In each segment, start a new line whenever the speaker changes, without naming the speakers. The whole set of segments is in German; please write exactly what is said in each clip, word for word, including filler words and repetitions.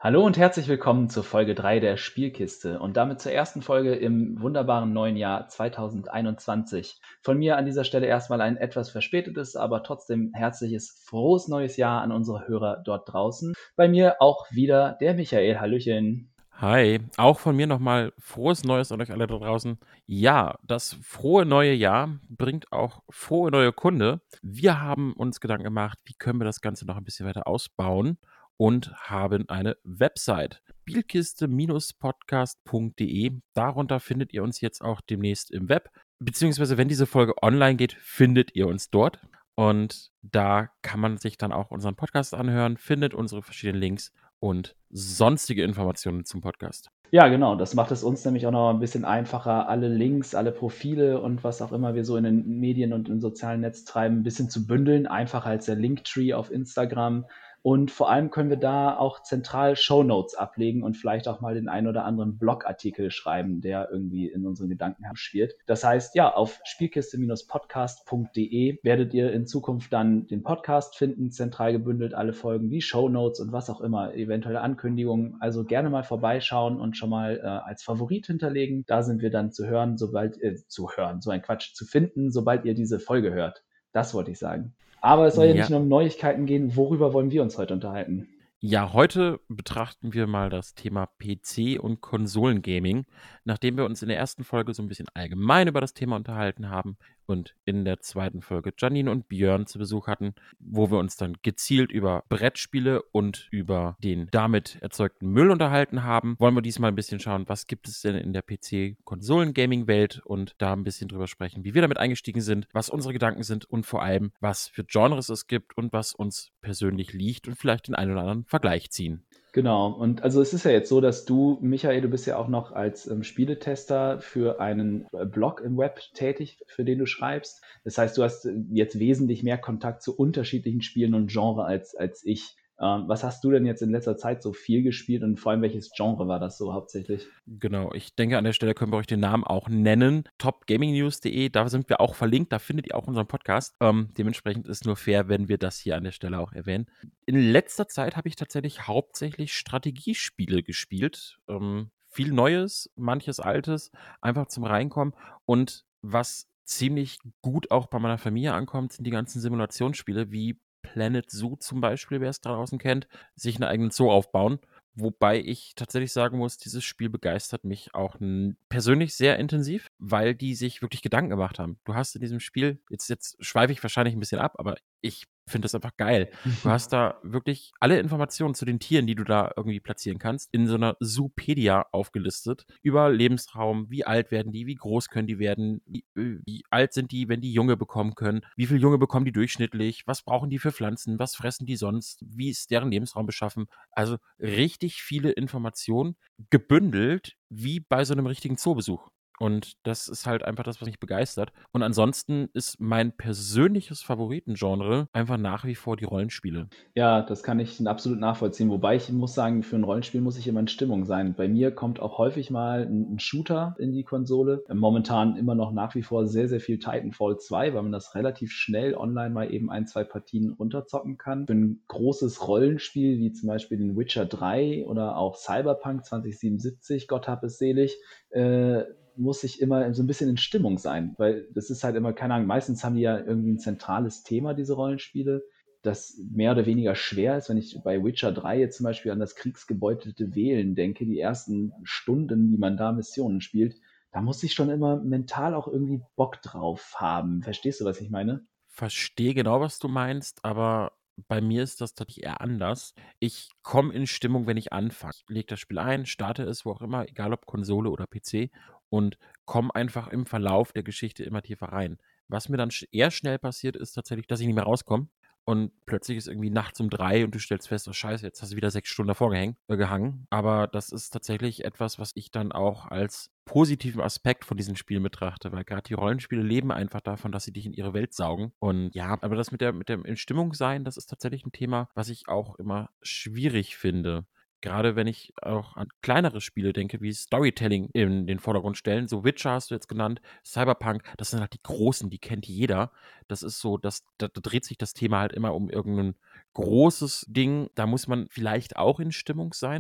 Hallo und herzlich willkommen zur Folge drei der Spielkiste und damit zur ersten Folge im wunderbaren neuen Jahr zweitausendeinundzwanzig. Von mir an dieser Stelle erstmal ein etwas verspätetes, aber trotzdem herzliches, frohes neues Jahr an unsere Hörer dort draußen. Bei mir auch wieder der Michael. Hallöchen.
Hi, auch von mir nochmal frohes Neues an euch alle da draußen. Ja, das frohe neue Jahr bringt auch frohe neue Kunde. Wir haben uns Gedanken gemacht, wie können wir das Ganze noch ein bisschen weiter ausbauen und haben eine Website, spielkiste podcast punkt de. Darunter findet ihr uns jetzt auch demnächst im Web, beziehungsweise wenn diese Folge online geht, findet ihr uns dort. Und da kann man sich dann auch unseren Podcast anhören, findet unsere verschiedenen Links und sonstige Informationen zum Podcast.
Ja, genau. Das macht es uns nämlich auch noch ein bisschen einfacher, alle Links, alle Profile und was auch immer wir so in den Medien und im sozialen Netz treiben, ein bisschen zu bündeln. Einfacher als der Linktree auf Instagram. Und vor allem können wir da auch zentral Shownotes ablegen und vielleicht auch mal den einen oder anderen Blogartikel schreiben, der irgendwie in unseren Gedanken herumschwirrt. Das heißt, ja, auf spielkiste podcast punkt de werdet ihr in Zukunft dann den Podcast finden, zentral gebündelt alle Folgen, die Shownotes und was auch immer, eventuelle Ankündigungen. Also gerne mal vorbeischauen und schon mal äh, als Favorit hinterlegen. Da sind wir dann zu hören, sobald äh, zu hören, so ein Quatsch, zu finden, sobald ihr diese Folge hört. Das wollte ich sagen. Aber es soll ja nicht
Ja.
nur um Neuigkeiten gehen. Worüber wollen wir uns heute unterhalten?
Ja, heute betrachten wir mal das Thema P C- und Konsolengaming, nachdem wir uns in der ersten Folge so ein bisschen allgemein über das Thema unterhalten haben und in der zweiten Folge Janine und Björn zu Besuch hatten, wo wir uns dann gezielt über Brettspiele und über den damit erzeugten Müll unterhalten haben, wollen wir diesmal ein bisschen schauen, was gibt es denn in der P C-Konsolen-Gaming-Welt und da ein bisschen drüber sprechen, wie wir damit eingestiegen sind, was unsere Gedanken sind und vor allem, was für Genres es gibt und was uns persönlich liegt und vielleicht den einen oder anderen Vergleich ziehen.
Genau, und also es ist ja jetzt so, dass du, Michael, du bist ja auch noch als ähm, Spieletester für einen äh, Blog im Web tätig, für den du schreibst. Das heißt, du hast äh, jetzt wesentlich mehr Kontakt zu unterschiedlichen Spielen und Genre als, als ich. Ähm, was hast du denn jetzt in letzter Zeit so viel gespielt und vor allem welches Genre war das so hauptsächlich?
Genau, ich denke, an der Stelle können wir euch den Namen auch nennen. top gaming news punkt de, da sind wir auch verlinkt, da findet ihr auch unseren Podcast. Ähm, dementsprechend ist nur fair, wenn wir das hier an der Stelle auch erwähnen. In letzter Zeit habe ich tatsächlich hauptsächlich Strategiespiele gespielt. Ähm, viel Neues, manches Altes, einfach zum Reinkommen. Und was ziemlich gut auch bei meiner Familie ankommt, sind die ganzen Simulationsspiele wie Planet Zoo zum Beispiel, wer es draußen kennt, sich einen eigenen Zoo aufbauen. Wobei ich tatsächlich sagen muss, dieses Spiel begeistert mich auch n- persönlich sehr intensiv, weil die sich wirklich Gedanken gemacht haben. Du hast in diesem Spiel, jetzt, jetzt schweife ich wahrscheinlich ein bisschen ab, aber ich finde das einfach geil. Du hast da wirklich alle Informationen zu den Tieren, die du da irgendwie platzieren kannst, in so einer Zoopedia aufgelistet. Über Lebensraum, wie alt werden die, wie groß können die werden, wie, äh, wie alt sind die, wenn die Junge bekommen können, wie viele Junge bekommen die durchschnittlich, was brauchen die für Pflanzen, was fressen die sonst, wie ist deren Lebensraum beschaffen. Also richtig viele Informationen gebündelt, wie bei so einem richtigen Zoobesuch. Und das ist halt einfach das, was mich begeistert. Und ansonsten ist mein persönliches Favoritengenre einfach nach wie vor die Rollenspiele.
Ja, das kann ich absolut nachvollziehen. Wobei ich muss sagen, für ein Rollenspiel muss ich immer in Stimmung sein. Bei mir kommt auch häufig mal ein, ein Shooter in die Konsole. Momentan immer noch nach wie vor sehr, sehr viel Titanfall zwei, weil man das relativ schnell online mal eben ein, zwei Partien runterzocken kann. Für ein großes Rollenspiel wie zum Beispiel den Witcher drei oder auch Cyberpunk zwanzig siebenundsiebzig, Gott hab es selig, äh, muss ich immer so ein bisschen in Stimmung sein, weil das ist halt immer, keine Ahnung, meistens haben die ja irgendwie ein zentrales Thema, diese Rollenspiele, das mehr oder weniger schwer ist. Wenn ich bei Witcher drei jetzt zum Beispiel an das kriegsgebeutelte Wählen denke, die ersten Stunden, die man da Missionen spielt, da muss ich schon immer mental auch irgendwie Bock drauf haben. Verstehst du, was ich meine?
Verstehe genau, was du meinst, aber bei mir ist das tatsächlich eher anders. Ich komme in Stimmung, wenn ich anfange. Ich lege das Spiel ein, starte es, wo auch immer, egal ob Konsole oder P C, und komme einfach im Verlauf der Geschichte immer tiefer rein. Was mir dann sch- eher schnell passiert, ist tatsächlich, dass ich nicht mehr rauskomme. Und plötzlich ist irgendwie nachts um drei und du stellst fest, oh Scheiße, jetzt hast du wieder sechs Stunden davor gehängt, äh, gehangen. Aber das ist tatsächlich etwas, was ich dann auch als positiven Aspekt von diesen Spielen betrachte, weil gerade die Rollenspiele leben einfach davon, dass sie dich in ihre Welt saugen. Und ja, aber das mit der, mit dem in Stimmung sein, das ist tatsächlich ein Thema, was ich auch immer schwierig finde. Gerade wenn ich auch an kleinere Spiele denke, wie Storytelling in den Vordergrund stellen. So Witcher hast du jetzt genannt, Cyberpunk, das sind halt die großen, die kennt jeder. Das ist so, das, da, da dreht sich das Thema halt immer um irgendein großes Ding. Da muss man vielleicht auch in Stimmung sein.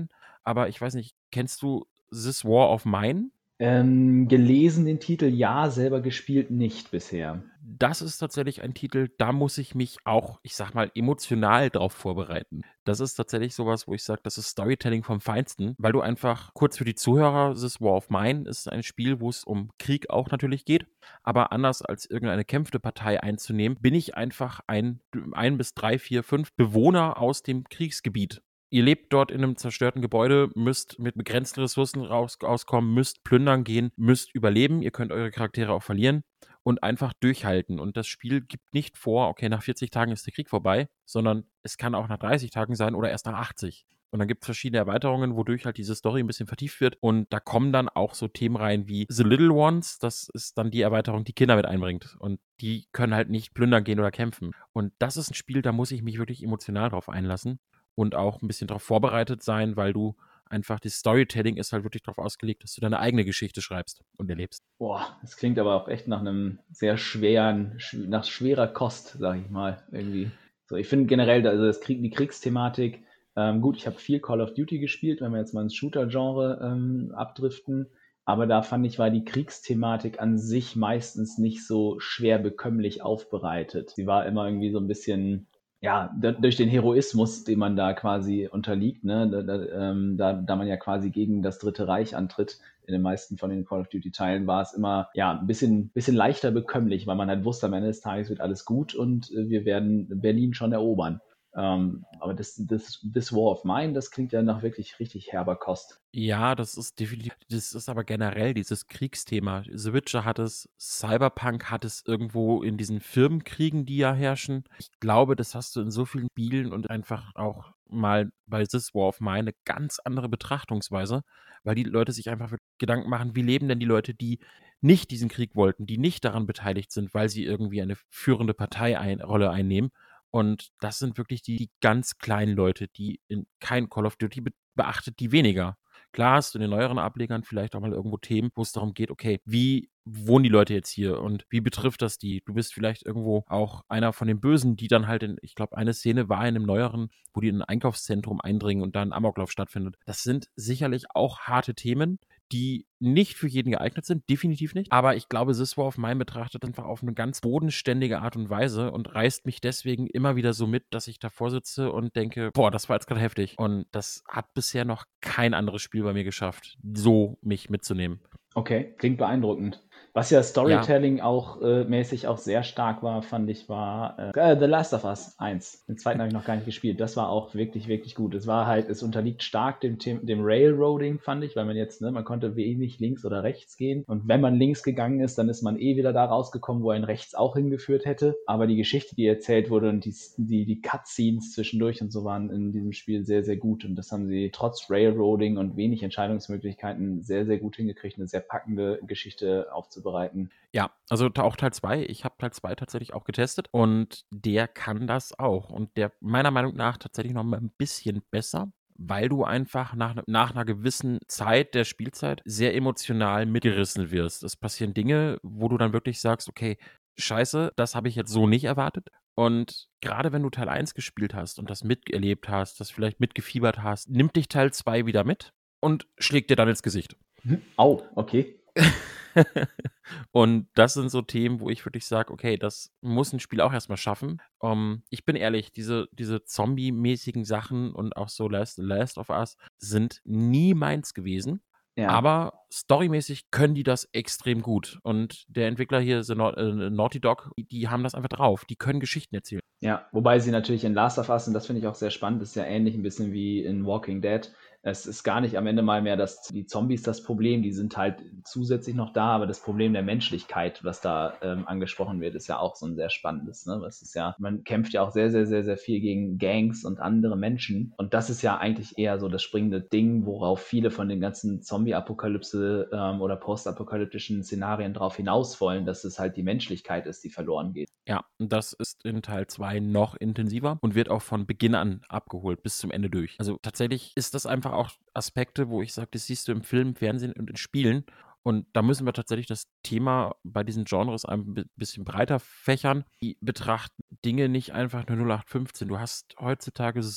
aber ich weiß nicht, kennst du This War of Mine?
Ähm, gelesen den Titel, ja, selber gespielt nicht bisher.
Das ist tatsächlich ein Titel, da muss ich mich auch, ich sag mal, emotional drauf vorbereiten. Das ist tatsächlich sowas, wo ich sage, das ist Storytelling vom Feinsten, weil du einfach, kurz für die Zuhörer, This War of Mine ist ein Spiel, wo es um Krieg auch natürlich geht, aber anders als irgendeine kämpfte Partei einzunehmen, bin ich einfach ein, ein bis drei, vier, fünf Bewohner aus dem Kriegsgebiet. Ihr lebt dort in einem zerstörten Gebäude, müsst mit begrenzten Ressourcen raus, auskommen, müsst plündern gehen, müsst überleben. Ihr könnt eure Charaktere auch verlieren und einfach durchhalten. Und das Spiel gibt nicht vor, okay, nach vierzig Tagen ist der Krieg vorbei, sondern es kann auch nach dreißig Tagen sein oder erst nach achtzig. Und dann gibt es verschiedene Erweiterungen, wodurch halt diese Story ein bisschen vertieft wird. Und da kommen dann auch so Themen rein wie The Little Ones. Das ist dann die Erweiterung, die Kinder mit einbringt. Und die können halt nicht plündern gehen oder kämpfen. Und das ist ein Spiel, da muss ich mich wirklich emotional drauf einlassen und auch ein bisschen darauf vorbereitet sein, weil du einfach, das Storytelling ist halt wirklich darauf ausgelegt, dass du deine eigene Geschichte schreibst und erlebst.
Boah, das klingt aber auch echt nach einem sehr schweren, nach schwerer Kost, sag ich mal, irgendwie. So, ich finde generell, also das Krieg, die Kriegsthematik, ähm, gut, ich habe viel Call of Duty gespielt, wenn wir jetzt mal ins Shooter-Genre ähm, abdriften, aber da fand ich, war die Kriegsthematik an sich meistens nicht so schwer bekömmlich aufbereitet. Sie war immer irgendwie so ein bisschen, ja, da, durch den Heroismus, den man da quasi unterliegt, ne, da, da, ähm, da, da man ja quasi gegen das Dritte Reich antritt, in den meisten von den Call of Duty Teilen war es immer, ja, ein bisschen, bisschen leichter bekömmlich, weil man halt wusste, am Ende des Tages wird alles gut und äh, wir werden Berlin schon erobern. Ähm, aber das, das, this War of Mine, das klingt ja nach wirklich richtig herber Kost.
Ja, das ist definitiv, das ist aber generell dieses Kriegsthema. The Witcher hat es, Cyberpunk hat es irgendwo in diesen Firmenkriegen, die ja herrschen. Ich glaube, das hast du in so vielen Spielen und einfach auch mal bei This War of Mine eine ganz andere Betrachtungsweise, weil die Leute sich einfach Gedanken machen, wie leben denn die Leute, die nicht diesen Krieg wollten, die nicht daran beteiligt sind, weil sie irgendwie eine führende Parteirolle einnehmen. Und das sind wirklich die, die ganz kleinen Leute, die in kein Call of Duty be beachtet, die weniger. Klar hast du in den neueren Ablegern vielleicht auch mal irgendwo Themen, wo es darum geht, okay, wie wohnen die Leute jetzt hier und wie betrifft das die? Du bist vielleicht irgendwo auch einer von den Bösen, die dann halt in, ich glaube, eine Szene war in einem neueren, wo die in ein Einkaufszentrum eindringen und da ein Amoklauf stattfindet. Das sind sicherlich auch harte Themen, die nicht für jeden geeignet sind, definitiv nicht. Aber ich glaube, This War of Mine betrachtet einfach auf eine ganz bodenständige Art und Weise und reißt mich deswegen immer wieder so mit, dass ich davor sitze und denke, boah, das war jetzt gerade heftig. Und das hat bisher noch kein anderes Spiel bei mir geschafft, so mich mitzunehmen.
Okay, klingt beeindruckend. Was ja
Ja,
Storytelling auch äh, mäßig auch sehr stark war, fand ich, war äh, The Last of Us eins. Den zweiten habe ich noch gar nicht gespielt. Das war auch wirklich, wirklich gut. Es war halt, es unterliegt stark dem, Them- dem Railroading, fand ich, weil man jetzt, ne, man konnte wenig links oder rechts gehen. Und wenn man links gegangen ist, dann ist man eh wieder da rausgekommen, wo ein rechts auch hingeführt hätte. Aber die Geschichte, die erzählt wurde und die, die, die Cutscenes zwischendurch und so waren in diesem Spiel sehr, sehr gut. Und das haben sie trotz Railroading und wenig Entscheidungsmöglichkeiten sehr, sehr gut hingekriegt, eine sehr packende Geschichte aufzubereiten.
ja, also ta- auch Teil zwei. Ich habe Teil zwei tatsächlich auch getestet und der kann das auch. Und der meiner Meinung nach tatsächlich noch mal ein bisschen besser, weil du einfach nach, nach einer gewissen Zeit der Spielzeit sehr emotional mitgerissen wirst. Es passieren Dinge, wo du dann wirklich sagst, okay, scheiße, das habe ich jetzt so nicht erwartet. Und gerade wenn du Teil eins gespielt hast und das miterlebt hast, das vielleicht mitgefiebert hast, nimmt dich Teil zwei wieder mit und schlägt dir dann ins Gesicht.
Au, okay.
Und das sind so Themen, wo ich wirklich sage, okay, das muss ein Spiel auch erstmal schaffen. Um, ich bin ehrlich, diese, diese Zombie-mäßigen Sachen und auch so Last, Last of Us sind nie meins gewesen.
Ja.
Aber storymäßig können die das extrem gut. Und der Entwickler hier, The Nau- äh, Naughty Dog, die haben das einfach drauf. Die können Geschichten erzählen.
Ja, wobei sie natürlich in Last of Us, und das finde ich auch sehr spannend, ist ja ähnlich ein bisschen wie in Walking Dead. Es ist gar nicht am Ende mal mehr das, die Zombies das Problem, die sind halt zusätzlich noch da, aber das Problem der Menschlichkeit, was da ähm, angesprochen wird, ist ja auch so ein sehr spannendes. Ne? Das ist ja, man kämpft ja auch sehr, sehr, sehr, sehr viel gegen Gangs und andere Menschen. Und das ist ja eigentlich eher so das springende Ding, worauf viele von den ganzen Zombie-Apokalypse ähm, oder postapokalyptischen Szenarien drauf hinaus wollen, dass es halt die Menschlichkeit ist, die verloren geht.
Ja, und das ist in Teil zwei noch intensiver und wird auch von Beginn an abgeholt, bis zum Ende durch. Also tatsächlich ist das einfach auch Aspekte, wo ich sage, das siehst du im Film, Fernsehen und in Spielen. Und da müssen wir tatsächlich das Thema bei diesen Genres ein bi- bisschen breiter fächern. Die betrachten Dinge nicht einfach nur null acht fünfzehn. Du hast heutzutage so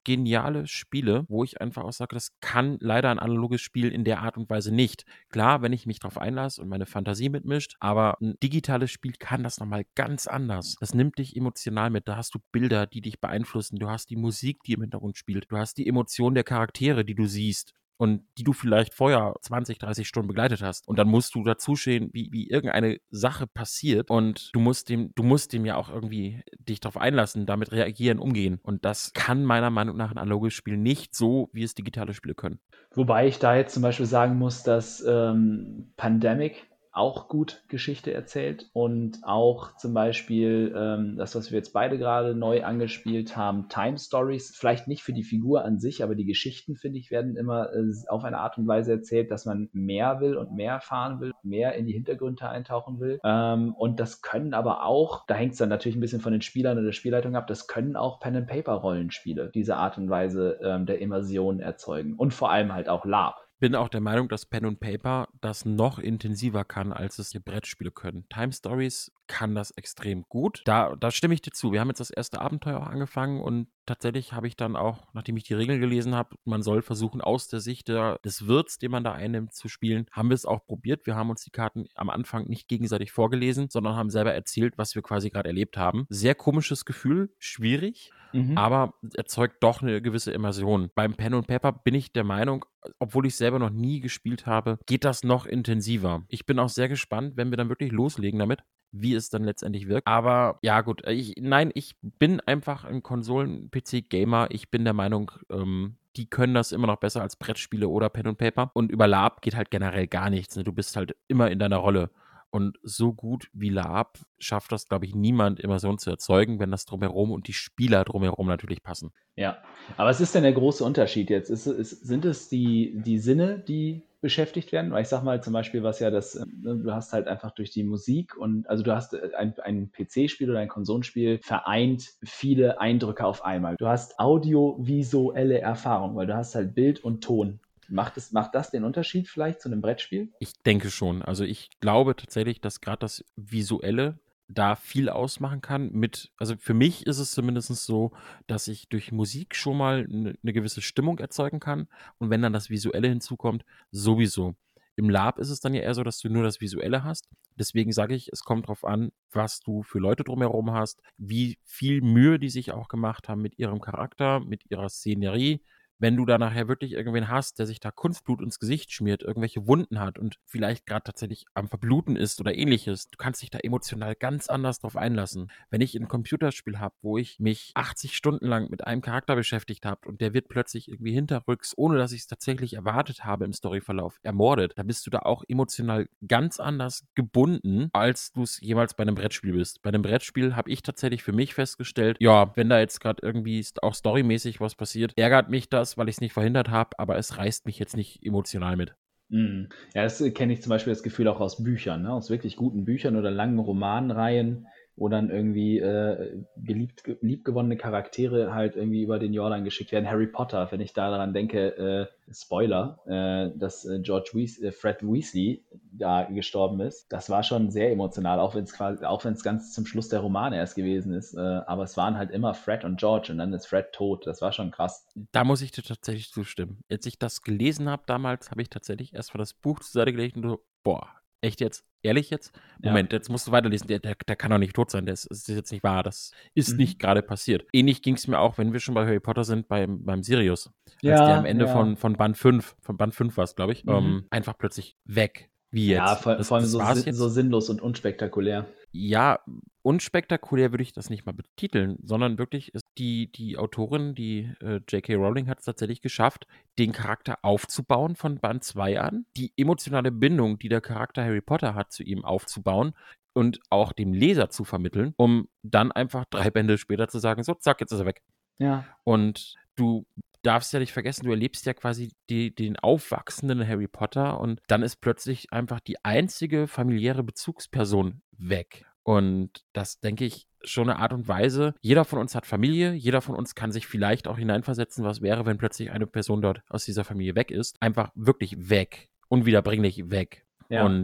geniale Spiele, wo ich einfach auch sage, das kann leider ein analoges Spiel in der Art und Weise nicht. Klar, wenn ich mich drauf einlasse und meine Fantasie mitmischt, aber ein digitales Spiel kann das nochmal ganz anders. Das nimmt dich emotional mit. Da hast du Bilder, die dich beeinflussen. Du hast die Musik, die im Hintergrund spielt. Du hast die Emotionen der Charaktere, die du siehst und die du vielleicht vorher zwanzig, dreißig Stunden begleitet hast. Und dann musst du dazu stehen, wie, wie irgendeine Sache passiert und du musst dem, du musst dem ja auch irgendwie dich darauf einlassen, damit reagieren, umgehen. Und das kann meiner Meinung nach ein analoges Spiel nicht so, wie es digitale Spiele können.
Wobei ich da jetzt zum Beispiel sagen muss, dass ähm, Pandemic auch gut Geschichte erzählt und auch zum Beispiel ähm, das, was wir jetzt beide gerade neu angespielt haben, Time Stories, vielleicht nicht für die Figur an sich, aber die Geschichten, finde ich, werden immer äh, auf eine Art und Weise erzählt, dass man mehr will und mehr erfahren will, mehr in die Hintergründe eintauchen will. Ähm, und das können aber auch, da hängt es dann natürlich ein bisschen von den Spielern oder der Spielleitung ab, das können auch Pen-and-Paper-Rollenspiele diese Art und Weise ähm, der Immersion erzeugen und vor allem halt auch Lab.
Bin auch der Meinung, dass Pen und Paper das noch intensiver kann, als es die Brettspiele können. Time Stories kann das extrem gut. Da, da stimme ich dir zu. Wir haben jetzt das erste Abenteuer auch angefangen und tatsächlich habe ich dann auch, nachdem ich die Regeln gelesen habe, man soll versuchen, aus der Sicht der, des Wirts, den man da einnimmt, zu spielen. Haben wir es auch probiert. Wir haben uns die Karten am Anfang nicht gegenseitig vorgelesen, sondern haben selber erzählt, was wir quasi gerade erlebt haben. Sehr komisches Gefühl, schwierig. Mhm. Aber erzeugt doch eine gewisse Immersion. Beim Pen und Paper bin ich der Meinung, obwohl ich selber noch nie gespielt habe, geht das noch intensiver. Ich bin auch sehr gespannt, wenn wir dann wirklich loslegen damit, wie es dann letztendlich wirkt. Aber ja gut, ich, nein, ich bin einfach ein Konsolen-P C-Gamer. Ich bin der Meinung, ähm, die können das immer noch besser als Brettspiele oder Pen und Paper. Und über Lab geht halt generell gar nichts. Ne? Du bist halt immer in deiner Rolle. Und so gut wie Lab schafft das, glaube ich, niemand, Immersion zu erzeugen, wenn das drumherum und die Spieler drumherum natürlich passen.
Ja, aber was ist denn der große Unterschied jetzt? Ist, ist, sind es die, die Sinne, die beschäftigt werden? Weil ich sag mal zum Beispiel, was ja das, du hast halt einfach durch die Musik und also du hast ein, ein P C-Spiel oder ein Konsolenspiel vereint viele Eindrücke auf einmal. Du hast audiovisuelle Erfahrung, weil du hast halt Bild und Ton. Macht, es, macht das den Unterschied vielleicht zu einem Brettspiel?
Ich denke schon. Also ich glaube tatsächlich, dass gerade das Visuelle da viel ausmachen kann. Mit, also für mich ist es zumindest so, dass ich durch Musik schon mal eine, eine gewisse Stimmung erzeugen kann. Und wenn dann das Visuelle hinzukommt, sowieso. Im Lab ist es dann ja eher so, dass du nur das Visuelle hast. Deswegen sage ich, es kommt darauf an, was du für Leute drumherum hast, wie viel Mühe die sich auch gemacht haben mit ihrem Charakter, mit ihrer Szenerie. Wenn du da nachher wirklich irgendwen hast, der sich da Kunstblut ins Gesicht schmiert, irgendwelche Wunden hat und vielleicht gerade tatsächlich am Verbluten ist oder ähnliches, du kannst dich da emotional ganz anders drauf einlassen. Wenn ich ein Computerspiel habe, wo ich mich achtzig Stunden lang mit einem Charakter beschäftigt habe und der wird plötzlich irgendwie hinterrücks, ohne dass ich es tatsächlich erwartet habe im Storyverlauf, ermordet, da bist du da auch emotional ganz anders gebunden, als du es jemals bei einem Brettspiel bist. Bei einem Brettspiel habe ich tatsächlich für mich festgestellt, ja, wenn da jetzt gerade irgendwie auch storymäßig was passiert, ärgert mich das, weil ich es nicht verhindert habe, aber es reißt mich jetzt nicht emotional mit.
Mm. Ja, das kenne ich zum Beispiel das Gefühl auch aus Büchern, ne? Aus wirklich guten Büchern oder langen Romanreihen, wo dann irgendwie äh, geliebt, liebgewonnene Charaktere halt irgendwie über den Jordan geschickt werden. Harry Potter, wenn ich da daran denke, äh, Spoiler, äh, dass äh, George Weas äh, Fred Weasley da gestorben ist. Das war schon sehr emotional, auch wenn es quasi, auch wenn es ganz zum Schluss der Roman erst gewesen ist. Äh, aber es waren halt immer Fred und George und dann ist Fred tot. Das war schon krass.
Da muss ich dir tatsächlich zustimmen. Als ich das gelesen habe damals, habe ich tatsächlich erst mal das Buch zur Seite gelegt und so, boah, echt jetzt? Ehrlich jetzt? Moment, ja. Jetzt musst du weiterlesen. Der, der, der kann doch nicht tot sein. Das ist jetzt nicht wahr. Das ist mhm. nicht gerade passiert. Ähnlich ging es mir auch, wenn wir schon bei Harry Potter sind, beim, beim Sirius. Ja, als der am Ende ja. von, von Band fünf, von Band fünf war es, glaube ich, mhm. ähm, einfach plötzlich weg. Wie jetzt?
Ja, vor,
das,
vor allem
das
so, sin- so sinnlos und unspektakulär.
Ja, unspektakulär würde ich das nicht mal betiteln, sondern wirklich ist die, die Autorin, die äh, J K. Rowling, hat es tatsächlich geschafft, den Charakter aufzubauen von Band zwei an, die emotionale Bindung, die der Charakter Harry Potter hat, zu ihm aufzubauen und auch dem Leser zu vermitteln, um dann einfach drei Bände später zu sagen, so, zack, jetzt ist er weg.
Ja.
Und du darfst ja nicht vergessen, du erlebst ja quasi die, den aufwachsenden Harry Potter und dann ist plötzlich einfach die einzige familiäre Bezugsperson weg. Und das, denke ich, schon eine Art und Weise. Jeder von uns hat Familie, jeder von uns kann sich vielleicht auch hineinversetzen, was wäre, wenn plötzlich eine Person dort aus dieser Familie weg ist. Einfach wirklich weg, unwiederbringlich weg.
Ja.
Und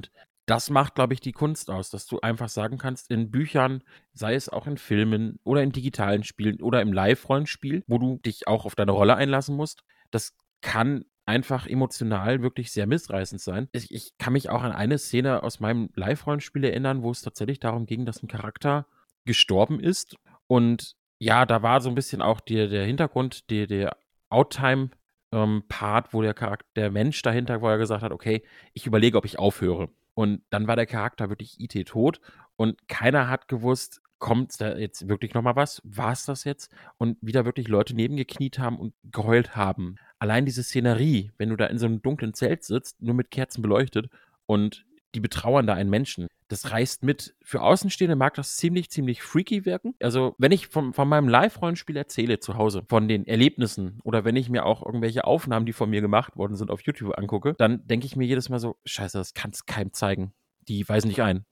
das macht, glaube ich, die Kunst aus, dass du einfach sagen kannst, in Büchern, sei es auch in Filmen oder in digitalen Spielen oder im Live-Rollenspiel, wo du dich auch auf deine Rolle einlassen musst, das kann einfach emotional wirklich sehr missreißend sein. Ich, ich kann mich auch an eine Szene aus meinem Live-Rollenspiel erinnern, wo es tatsächlich darum ging, dass ein Charakter gestorben ist. Und ja, da war so ein bisschen auch die, der Hintergrund, die, der Outtime-Part, wo der Charakter, der Mensch dahinter, wo er gesagt hat, okay, ich überlege, ob ich aufhöre. Und dann war der Charakter wirklich I T tot und keiner hat gewusst, kommt da jetzt wirklich nochmal was? War es das jetzt? Und wieder wirklich Leute nebengekniet haben und geheult haben. Allein diese Szenerie, wenn du da in so einem dunklen Zelt sitzt, nur mit Kerzen beleuchtet und die betrauern da einen Menschen. Das reißt mit. Für Außenstehende mag das ziemlich, ziemlich freaky wirken. Also, wenn ich von, von meinem Live-Rollenspiel erzähle zu Hause, von den Erlebnissen oder wenn ich mir auch irgendwelche Aufnahmen, die von mir gemacht worden sind, auf YouTube angucke, dann denke ich mir jedes Mal so, scheiße, das kann es keinem zeigen. Die weisen dich ein.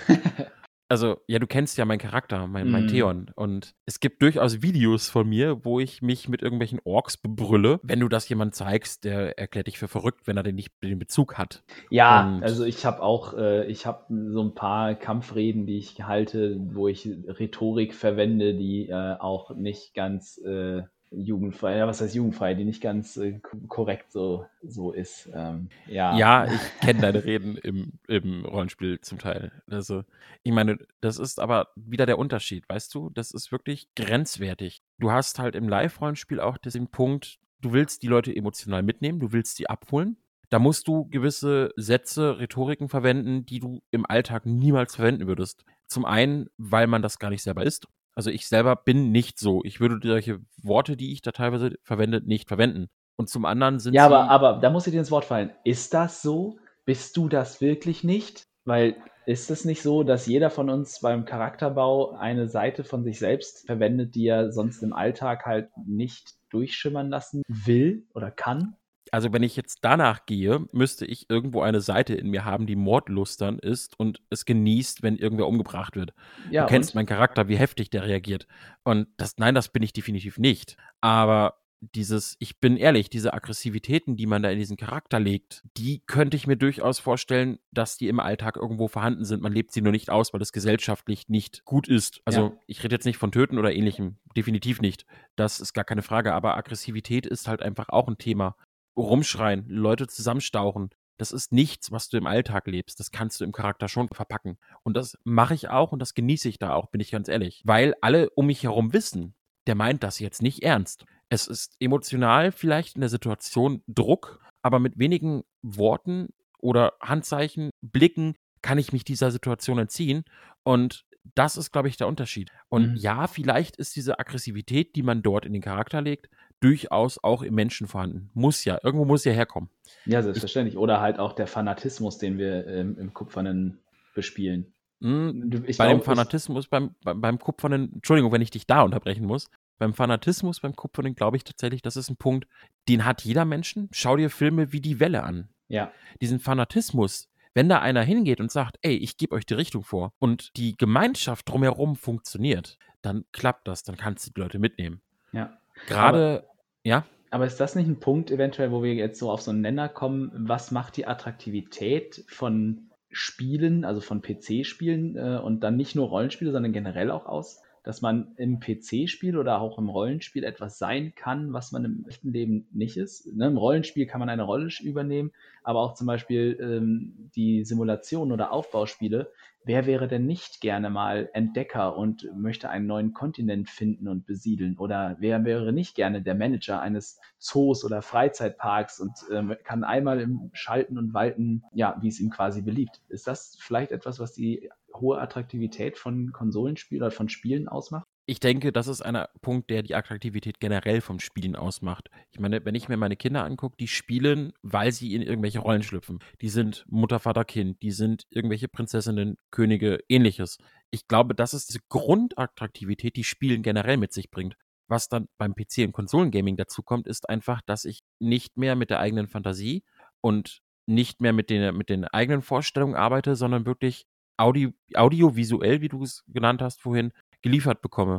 Also, ja, du kennst ja meinen Charakter, mein, mein
Mm.
Theon. Und es gibt durchaus Videos von mir, wo ich mich mit irgendwelchen Orks bebrülle. Wenn du das jemand zeigst, der erklärt dich für verrückt, wenn er den nicht den Bezug hat.
Ja,
Und
also ich habe auch, äh, ich habe so ein paar Kampfreden, die ich halte, wo ich Rhetorik verwende, die äh, auch nicht ganz äh, jugendfrei, ja, was heißt jugendfrei, die nicht ganz äh, ko- korrekt so, so ist. Ähm, ja.
ja, ich kenne deine Reden im, im Rollenspiel zum Teil. Also, ich meine, das ist aber wieder der Unterschied, weißt du? Das ist wirklich grenzwertig. Du hast halt im Live-Rollenspiel auch diesen Punkt, du willst die Leute emotional mitnehmen, du willst sie abholen. Da musst du gewisse Sätze, Rhetoriken verwenden, die du im Alltag niemals verwenden würdest. Zum einen, weil man das gar nicht selber ist. Also ich selber bin nicht so. Ich würde solche Worte, die ich da teilweise verwende, nicht verwenden. Und zum anderen sind
Ja,
sie.
aber, aber da muss ich dir ins Wort fallen. Ist das so? Bist du das wirklich nicht? Weil ist es nicht so, dass jeder von uns beim Charakterbau eine Seite von sich selbst verwendet, die er sonst im Alltag halt nicht durchschimmern lassen will oder kann?
Also wenn ich jetzt danach gehe, müsste ich irgendwo eine Seite in mir haben, die mordlustern ist und es genießt, wenn irgendwer umgebracht wird. Du
Ja,
kennst
und?
meinen Charakter, wie heftig der reagiert. Und das, nein, das bin ich definitiv nicht. Aber dieses, ich bin ehrlich, diese Aggressivitäten, die man da in diesen Charakter legt, die könnte ich mir durchaus vorstellen, dass die im Alltag irgendwo vorhanden sind. Man lebt sie nur nicht aus, weil es gesellschaftlich nicht gut ist. Also
Ja.
ich rede jetzt nicht von Töten oder ähnlichem. Definitiv nicht. Das ist gar keine Frage. Aber Aggressivität ist halt einfach auch ein Thema. Rumschreien, Leute zusammenstauchen. Das ist nichts, was du im Alltag lebst. Das kannst du im Charakter schon verpacken. Und das mache ich auch und das genieße ich da auch, bin ich ganz ehrlich. Weil alle um mich herum wissen, der meint das jetzt nicht ernst. Es ist emotional vielleicht in der Situation Druck, aber mit wenigen Worten oder Handzeichen, Blicken kann ich mich dieser Situation entziehen. Und das ist, glaube ich, der Unterschied. Und
Mhm.
ja, vielleicht ist diese Aggressivität, die man dort in den Charakter legt, durchaus auch im Menschen vorhanden. Muss ja, irgendwo muss ja herkommen.
Ja,
Ich,
selbstverständlich. Oder halt auch der Fanatismus, den wir ähm, im Kupfernen bespielen.
mh,
Du- Ich
bei dem
glaube, ich,
Fanatismus, beim, beim, beim Kupfernen, Entschuldigung, wenn ich dich da unterbrechen muss, beim Fanatismus, beim Kupfernen glaube ich tatsächlich, das ist ein Punkt, den hat jeder Menschen. Schau dir Filme wie Die Welle an.
ja,
Diesen Fanatismus, wenn da einer hingeht und sagt, ey, ich gebe euch die Richtung vor und die Gemeinschaft drumherum funktioniert, dann klappt das, dann kannst du die Leute mitnehmen.
ja. Aber,
Gerade, ja,
aber ist das nicht ein Punkt eventuell, wo wir jetzt so auf so einen Nenner kommen? Was macht die Attraktivität von Spielen, also von P C-Spielen äh, und dann nicht nur Rollenspiele, sondern generell auch aus? Dass man im P C-Spiel oder auch im Rollenspiel etwas sein kann, was man im echten Leben nicht ist. Ne? Im Rollenspiel kann man eine Rolle übernehmen, aber auch zum Beispiel ähm, die Simulation oder Aufbauspiele. Wer wäre denn nicht gerne mal Entdecker und möchte einen neuen Kontinent finden und besiedeln? Oder wer wäre nicht gerne der Manager eines Zoos oder Freizeitparks und ähm, kann einmal im Schalten und Walten, ja, wie es ihm quasi beliebt? Ist das vielleicht etwas, was die hohe Attraktivität von Konsolenspielen oder von Spielen ausmacht?
ich denke, das ist ein Punkt, der die Attraktivität generell vom Spielen ausmacht. Ich meine, wenn ich mir meine Kinder angucke, die spielen, weil sie in irgendwelche Rollen schlüpfen. Die sind Mutter, Vater, Kind, die sind irgendwelche Prinzessinnen, Könige, ähnliches. Ich glaube, das ist diese Grundattraktivität, die Spielen generell mit sich bringt. Was dann beim P C- und Konsolengaming dazu kommt, ist einfach, dass ich nicht mehr mit der eigenen Fantasie und nicht mehr mit den, mit den eigenen Vorstellungen arbeite, sondern wirklich Audio, audiovisuell, wie du es genannt hast vorhin, geliefert bekomme.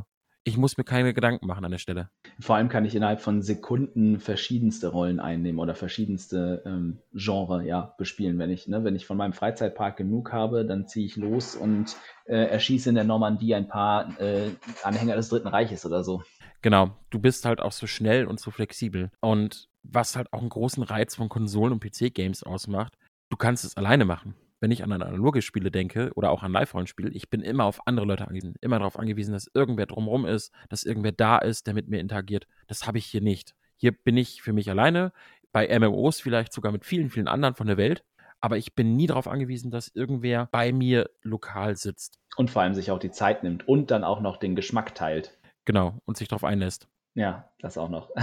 ich muss mir keine Gedanken machen an der Stelle.
Vor allem kann ich innerhalb von Sekunden verschiedenste Rollen einnehmen oder verschiedenste ähm, Genre ja, bespielen. Wenn ich, ne, wenn ich von meinem Freizeitpark genug habe, dann ziehe ich los und äh, erschieße in der Normandie ein paar äh, Anhänger des Dritten Reiches oder so.
Genau, du bist halt auch so schnell und so flexibel. Und was halt auch einen großen Reiz von Konsolen- und P C-Games ausmacht, du kannst es alleine machen. Wenn ich an analoge Spiele denke oder auch an Live-Rollenspiele, ich bin immer auf andere Leute angewiesen. Immer darauf angewiesen, dass irgendwer drumherum ist, dass irgendwer da ist, der mit mir interagiert. Das habe ich hier nicht. Hier bin ich für mich alleine, bei M M Os vielleicht sogar mit vielen, vielen anderen von der Welt. Aber ich bin nie darauf angewiesen, dass irgendwer bei mir lokal sitzt.
Und vor allem sich auch die Zeit nimmt und dann auch noch den Geschmack teilt.
Genau, und sich darauf einlässt.
Ja, das auch noch.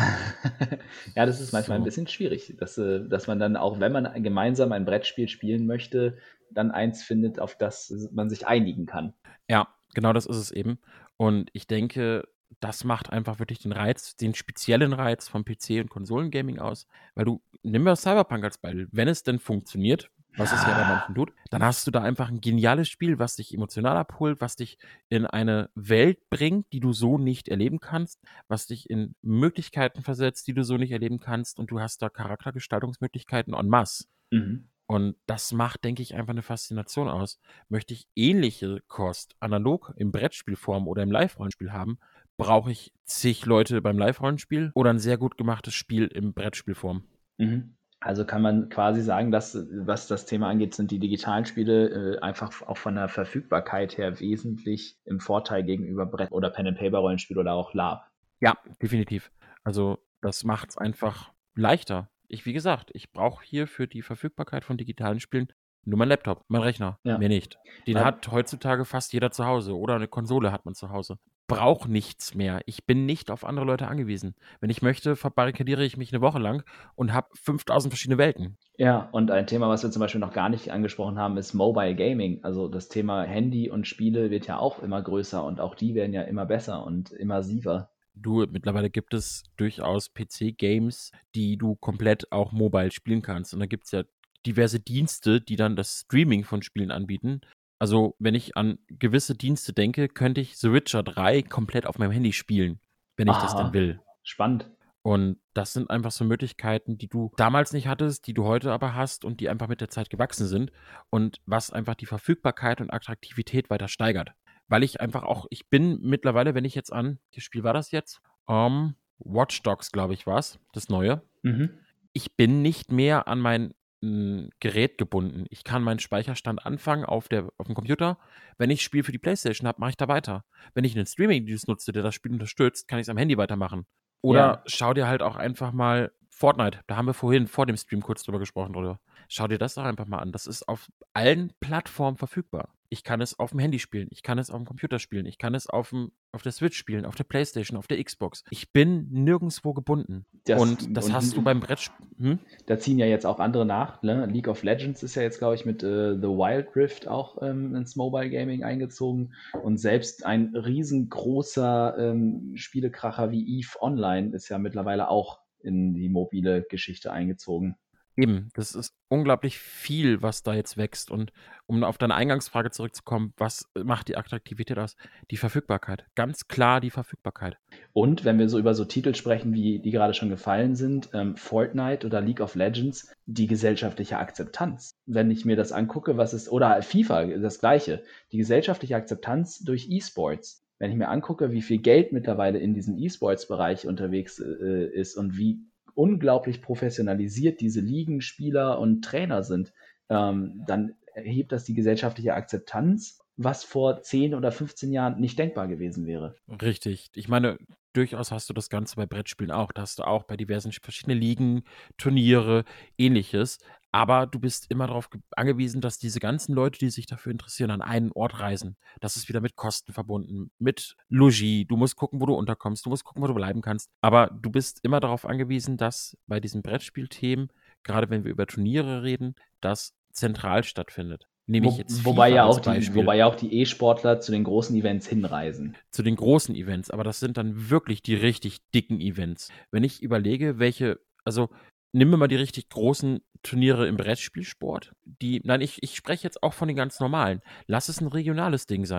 Ja, das ist manchmal ein
So.
bisschen schwierig, dass, äh, dass man dann auch, wenn man gemeinsam ein Brettspiel spielen möchte, dann eins findet, auf das man sich einigen kann.
Ja, genau das ist es eben. Und ich denke, das macht einfach wirklich den Reiz, den speziellen Reiz vom P C- und Konsolengaming aus. Weil du, nimm mal Cyberpunk als Beispiel, wenn es denn funktioniert, was es ja bei manchen tut, dann hast du da einfach ein geniales Spiel, was dich emotional abholt, was dich in eine Welt bringt, die du so nicht erleben kannst, was dich in Möglichkeiten versetzt, die du so nicht erleben kannst, und du hast da Charaktergestaltungsmöglichkeiten en masse.
Mhm.
Und das macht, denke ich, einfach eine Faszination aus. Möchte ich ähnliche Kost analog im Brettspielform oder im Live-Rollenspiel haben, brauche ich zig Leute beim Live-Rollenspiel oder ein sehr gut gemachtes Spiel im Brettspielform.
Mhm. Also kann man quasi sagen, dass, was das Thema angeht, sind die digitalen Spiele äh, einfach auch von der Verfügbarkeit her wesentlich im Vorteil gegenüber Brett- oder Pen-and-Paper-Rollenspiel oder auch Lab.
Ja, definitiv. Also das macht es einfach leichter. Ich, wie gesagt, ich brauche hier für die Verfügbarkeit von digitalen Spielen nur mein Laptop, mein Rechner,
Ja.
mehr nicht. Den
Ja.
hat heutzutage fast jeder zu Hause oder eine Konsole hat man zu Hause. Brauche nichts mehr. Ich bin nicht auf andere Leute angewiesen. Wenn ich möchte, verbarrikadiere ich mich eine Woche lang und habe fünftausend verschiedene Welten.
Ja, und ein Thema, was wir zum Beispiel noch gar nicht angesprochen haben, ist Mobile Gaming. Also das Thema Handy und Spiele wird ja auch immer größer und auch die werden ja immer besser und immersiver.
Du, mittlerweile gibt es durchaus P C-Games, die du komplett auch mobile spielen kannst. Und da gibt es ja diverse Dienste, die dann das Streaming von Spielen anbieten. Also, wenn ich an gewisse Dienste denke, könnte ich The Witcher drei komplett auf meinem Handy spielen, wenn ich das
Aha,
denn will.
spannend.
Und das sind einfach so Möglichkeiten, die du damals nicht hattest, die du heute aber hast und die einfach mit der Zeit gewachsen sind und was einfach die Verfügbarkeit und Attraktivität weiter steigert. Weil ich einfach auch, ich bin mittlerweile, wenn ich jetzt an, das Spiel war das jetzt, ähm, Watch Dogs, glaube ich, war es, das neue.
Mhm.
Ich bin nicht mehr an mein m, Gerät gebunden. Ich kann meinen Speicherstand anfangen auf, der, auf dem Computer. Wenn ich Spiel für die PlayStation habe, mache ich da weiter. Wenn ich einen Streaming-Dienst nutze, der das Spiel unterstützt, kann ich es am Handy weitermachen. Oder
Ja.
schau dir halt auch einfach mal Fortnite, da haben wir vorhin vor dem Stream kurz drüber gesprochen drüber. Schau dir das doch einfach mal an. Das ist auf allen Plattformen verfügbar. Ich kann es auf dem Handy spielen, ich kann es auf dem Computer spielen, ich kann es auf, dem, auf der Switch spielen, auf der PlayStation, auf der Xbox. Ich bin nirgendwo gebunden.
Das,
und das
und,
hast du beim Brettspiel. Hm?
Da ziehen ja jetzt auch andere nach. Ne? League of Legends ist ja jetzt, glaube ich, mit äh, The Wild Rift auch ähm, ins Mobile Gaming eingezogen. Und selbst ein riesengroßer ähm, Spielekracher wie EVE Online ist ja mittlerweile auch in die mobile Geschichte eingezogen.
Eben, das ist unglaublich viel, was da jetzt wächst. Und um auf deine Eingangsfrage zurückzukommen, was macht die Attraktivität aus? Die Verfügbarkeit. Ganz klar die Verfügbarkeit.
Und wenn wir so über so Titel sprechen, wie die gerade schon gefallen sind, ähm, Fortnite oder League of Legends, die gesellschaftliche Akzeptanz. Wenn ich mir das angucke, was ist, oder FIFA, das gleiche, die gesellschaftliche Akzeptanz durch E-Sports. Wenn ich mir angucke, wie viel Geld mittlerweile in diesem E-Sports-Bereich unterwegs äh, ist und wie unglaublich professionalisiert diese Ligen, Spieler und Trainer sind, ähm, dann erhebt das die gesellschaftliche Akzeptanz, was vor zehn oder fünfzehn Jahren nicht denkbar gewesen wäre.
Richtig. Ich meine, durchaus hast du das Ganze bei Brettspielen auch. Da hast du auch bei diversen verschiedenen Ligen, Turniere, ähnliches. Aber du bist immer darauf angewiesen, dass diese ganzen Leute, die sich dafür interessieren, an einen Ort reisen. Das ist wieder mit Kosten verbunden, mit Logis. Du musst gucken, wo du unterkommst. Du musst gucken, wo du bleiben kannst. Aber du bist immer darauf angewiesen, dass bei diesen Brettspielthemen, gerade wenn wir über Turniere reden, das zentral stattfindet. Nehme ich jetzt
Wo, wobei,
FIFA
ja
als
auch die,
Beispiel.
wobei ja auch die E-Sportler zu den großen Events hinreisen.
Zu den großen Events, aber das sind dann wirklich die richtig dicken Events. Wenn ich überlege, welche, also nehmen wir mal die richtig großen Turniere im Brettspielsport, die, nein, ich, ich spreche jetzt auch von den ganz normalen. Lass es ein regionales Ding sein.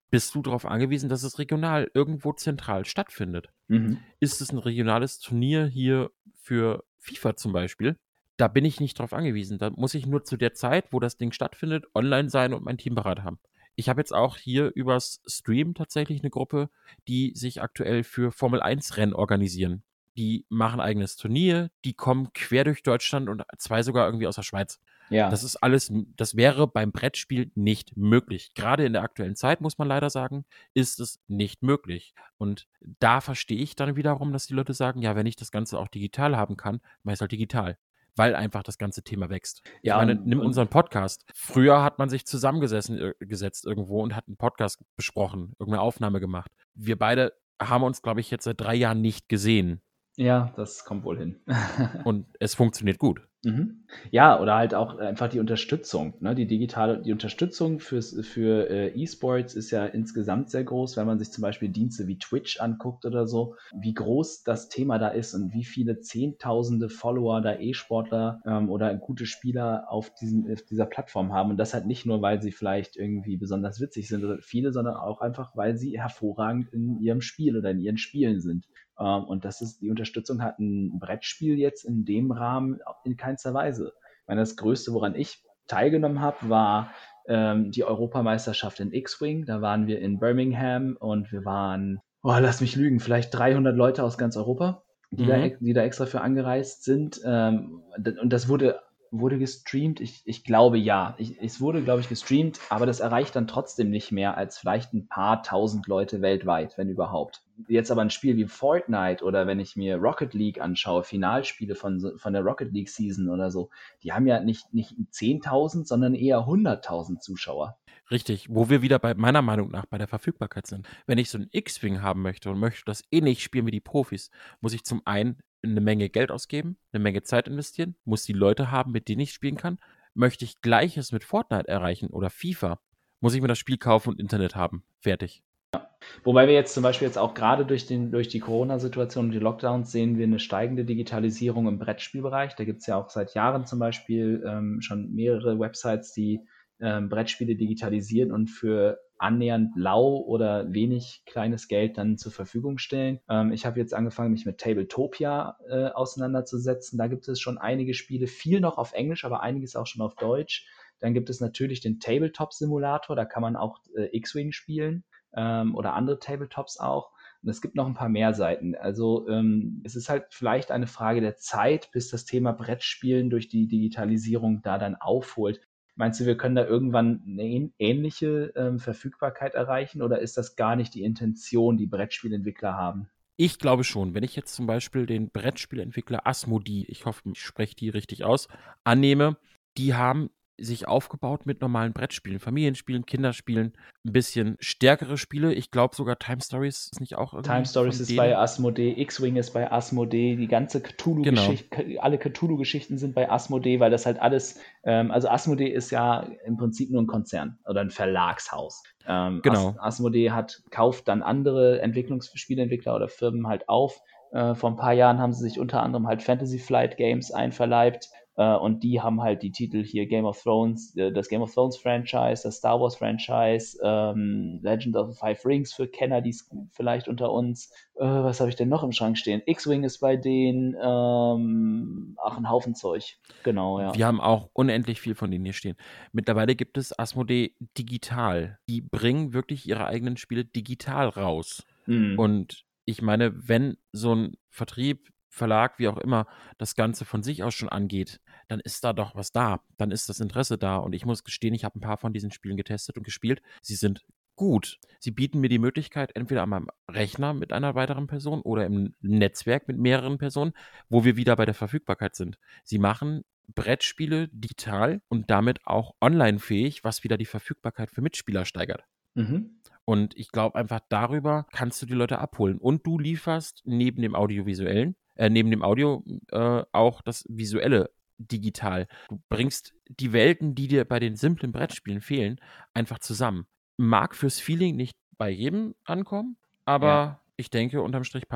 bist du darauf angewiesen, dass es regional irgendwo zentral stattfindet.
Mhm.
Ist es ein regionales Turnier hier für FIFA zum Beispiel? Da bin ich nicht drauf angewiesen. Da muss ich nur zu der Zeit, wo das Ding stattfindet, online sein und mein Team parat haben. Ich habe jetzt auch hier übers Stream tatsächlich eine Gruppe, die sich aktuell für Formel eins Rennen organisieren. Die machen eigenes Turnier, die kommen quer durch Deutschland und zwei sogar irgendwie aus der Schweiz.
Ja.
Das ist alles, das wäre beim Brettspiel nicht möglich. Gerade in der aktuellen Zeit, muss man leider sagen, ist es nicht möglich. Und da verstehe ich dann wiederum, dass die Leute sagen, ja, wenn ich das Ganze auch digital haben kann, mach ich es halt digital. Weil einfach das ganze Thema wächst. Ich
Ja,
meine,
und-
nimm
und-
unseren Podcast. Früher hat man sich zusammengesessen, äh, gesetzt irgendwo und hat einen Podcast besprochen, irgendeine Aufnahme gemacht. Wir beide haben uns, glaube ich, jetzt seit drei Jahren nicht gesehen.
Ja, das kommt wohl hin.
Und es funktioniert gut.
Mhm. Ja, oder halt auch einfach die Unterstützung. Ne? Die digitale, die Unterstützung fürs, für äh, E-Sports ist ja insgesamt sehr groß, wenn man sich zum Beispiel Dienste wie Twitch anguckt oder so, wie groß das Thema da ist und wie viele Zehntausende Follower da E-Sportler ähm, oder gute Spieler auf, diesen, auf dieser Plattform haben. Und das halt nicht nur, weil sie vielleicht irgendwie besonders witzig sind oder viele, sondern auch einfach, weil sie hervorragend in ihrem Spiel oder in ihren Spielen sind. Um, und das ist, die Unterstützung hat ein Brettspiel jetzt in dem Rahmen in keinster Weise. Ich meine, das Größte, woran ich teilgenommen habe, war ähm, die Europameisterschaft in X-Wing. Da waren wir in Birmingham und wir waren, oh, lass mich lügen, vielleicht dreihundert Leute aus ganz Europa, die,
Mhm.
da, die da extra für angereist sind. Ähm, und das wurde Wurde gestreamt? Ich, ich glaube ja. Ich, es wurde, glaube ich, gestreamt, aber das erreicht dann trotzdem nicht mehr als vielleicht ein paar tausend Leute weltweit, wenn überhaupt. Jetzt aber ein Spiel wie Fortnite oder wenn ich mir Rocket League anschaue, Finalspiele von, von der Rocket League Season oder so, die haben ja nicht, nicht zehntausend, sondern eher hunderttausend Zuschauer.
Richtig, wo wir wieder bei meiner Meinung nach bei der Verfügbarkeit sind. Wenn ich so ein X-Wing haben möchte und möchte das ähnlich spielen wie die Profis, muss ich zum einen eine Menge Geld ausgeben, eine Menge Zeit investieren, muss die Leute haben, mit denen ich spielen kann. Möchte ich Gleiches mit Fortnite erreichen oder FIFA, muss ich mir das Spiel kaufen und Internet haben. Fertig.
Wobei wir jetzt zum Beispiel jetzt auch gerade durch, den, durch die Corona-Situation und die Lockdowns sehen wir eine steigende Digitalisierung im Brettspielbereich. Da gibt es ja auch seit Jahren zum Beispiel ähm, schon mehrere Websites, die ähm, Brettspiele digitalisieren und für annähernd lau oder wenig kleines Geld dann zur Verfügung stellen. Ähm, ich habe jetzt angefangen, mich mit Tabletopia äh, auseinanderzusetzen. Da gibt es schon einige Spiele, viel noch auf Englisch, aber einiges auch schon auf Deutsch. Dann gibt es natürlich den Tabletop-Simulator, da kann man auch äh, X-Wing spielen ähm, oder andere Tabletops auch. Und es gibt noch ein paar mehr Seiten. Also ähm, es ist halt vielleicht eine Frage der Zeit, bis das Thema Brettspielen durch die Digitalisierung da dann aufholt. Meinst du, wir können da irgendwann eine ähnliche ähm, Verfügbarkeit erreichen oder ist das gar nicht die Intention, die Brettspielentwickler haben?
Ich glaube schon, wenn ich jetzt zum Beispiel den Brettspielentwickler Asmodee, ich hoffe, ich spreche die richtig aus, annehme, die haben sich aufgebaut mit normalen Brettspielen, Familienspielen, Kinderspielen, ein bisschen stärkere Spiele. Ich glaube sogar Time Stories ist nicht auch irgendwie
Time Stories
von
ist
denen?
bei Asmodee, X-Wing ist bei Asmodee, die ganze Cthulhu-Geschichte, genau. Alle Cthulhu-Geschichten sind bei Asmodee, weil das halt alles, ähm, also Asmodee ist ja im Prinzip nur ein Konzern oder ein Verlagshaus. Ähm,
Genau.
As Asmodee hat, kauft dann andere Entwicklungsspieleentwickler oder Firmen halt auf. Äh, vor ein paar Jahren haben sie sich unter anderem halt Fantasy Flight Games einverleibt. Uh, und die haben halt die Titel hier Game of Thrones, äh, das Game of Thrones Franchise, das Star Wars Franchise, ähm, Legend of the Five Rings für Kenner, die vielleicht unter uns. Äh, was habe ich denn noch im Schrank stehen? X-Wing ist bei denen, ähm, ach, ein Haufen Zeug. Genau, ja.
Wir haben auch unendlich viel von denen hier stehen. Mittlerweile gibt es Asmodee digital. Die bringen wirklich ihre eigenen Spiele digital raus.
Mhm.
Und ich meine, wenn so ein Vertrieb, Verlag, wie auch immer, das Ganze von sich aus schon angeht, dann ist da doch was da. Dann ist das Interesse da. Und ich muss gestehen, ich habe ein paar von diesen Spielen getestet und gespielt. Sie sind gut. Sie bieten mir die Möglichkeit, entweder an meinem Rechner mit einer weiteren Person oder im Netzwerk mit mehreren Personen, wo wir wieder bei der Verfügbarkeit sind. Sie machen Brettspiele digital und damit auch online fähig, was wieder die Verfügbarkeit für Mitspieler steigert.
Mhm.
Und ich glaube einfach, darüber kannst du die Leute abholen. Und du lieferst neben dem Audiovisuellen, äh, neben dem Audio äh, auch das Visuelle digital. Du bringst die Welten, die dir bei den simplen Brettspielen fehlen, einfach zusammen. Mag fürs Feeling nicht bei jedem ankommen, aber
Ja.
ich denke, unterm Strich passt es.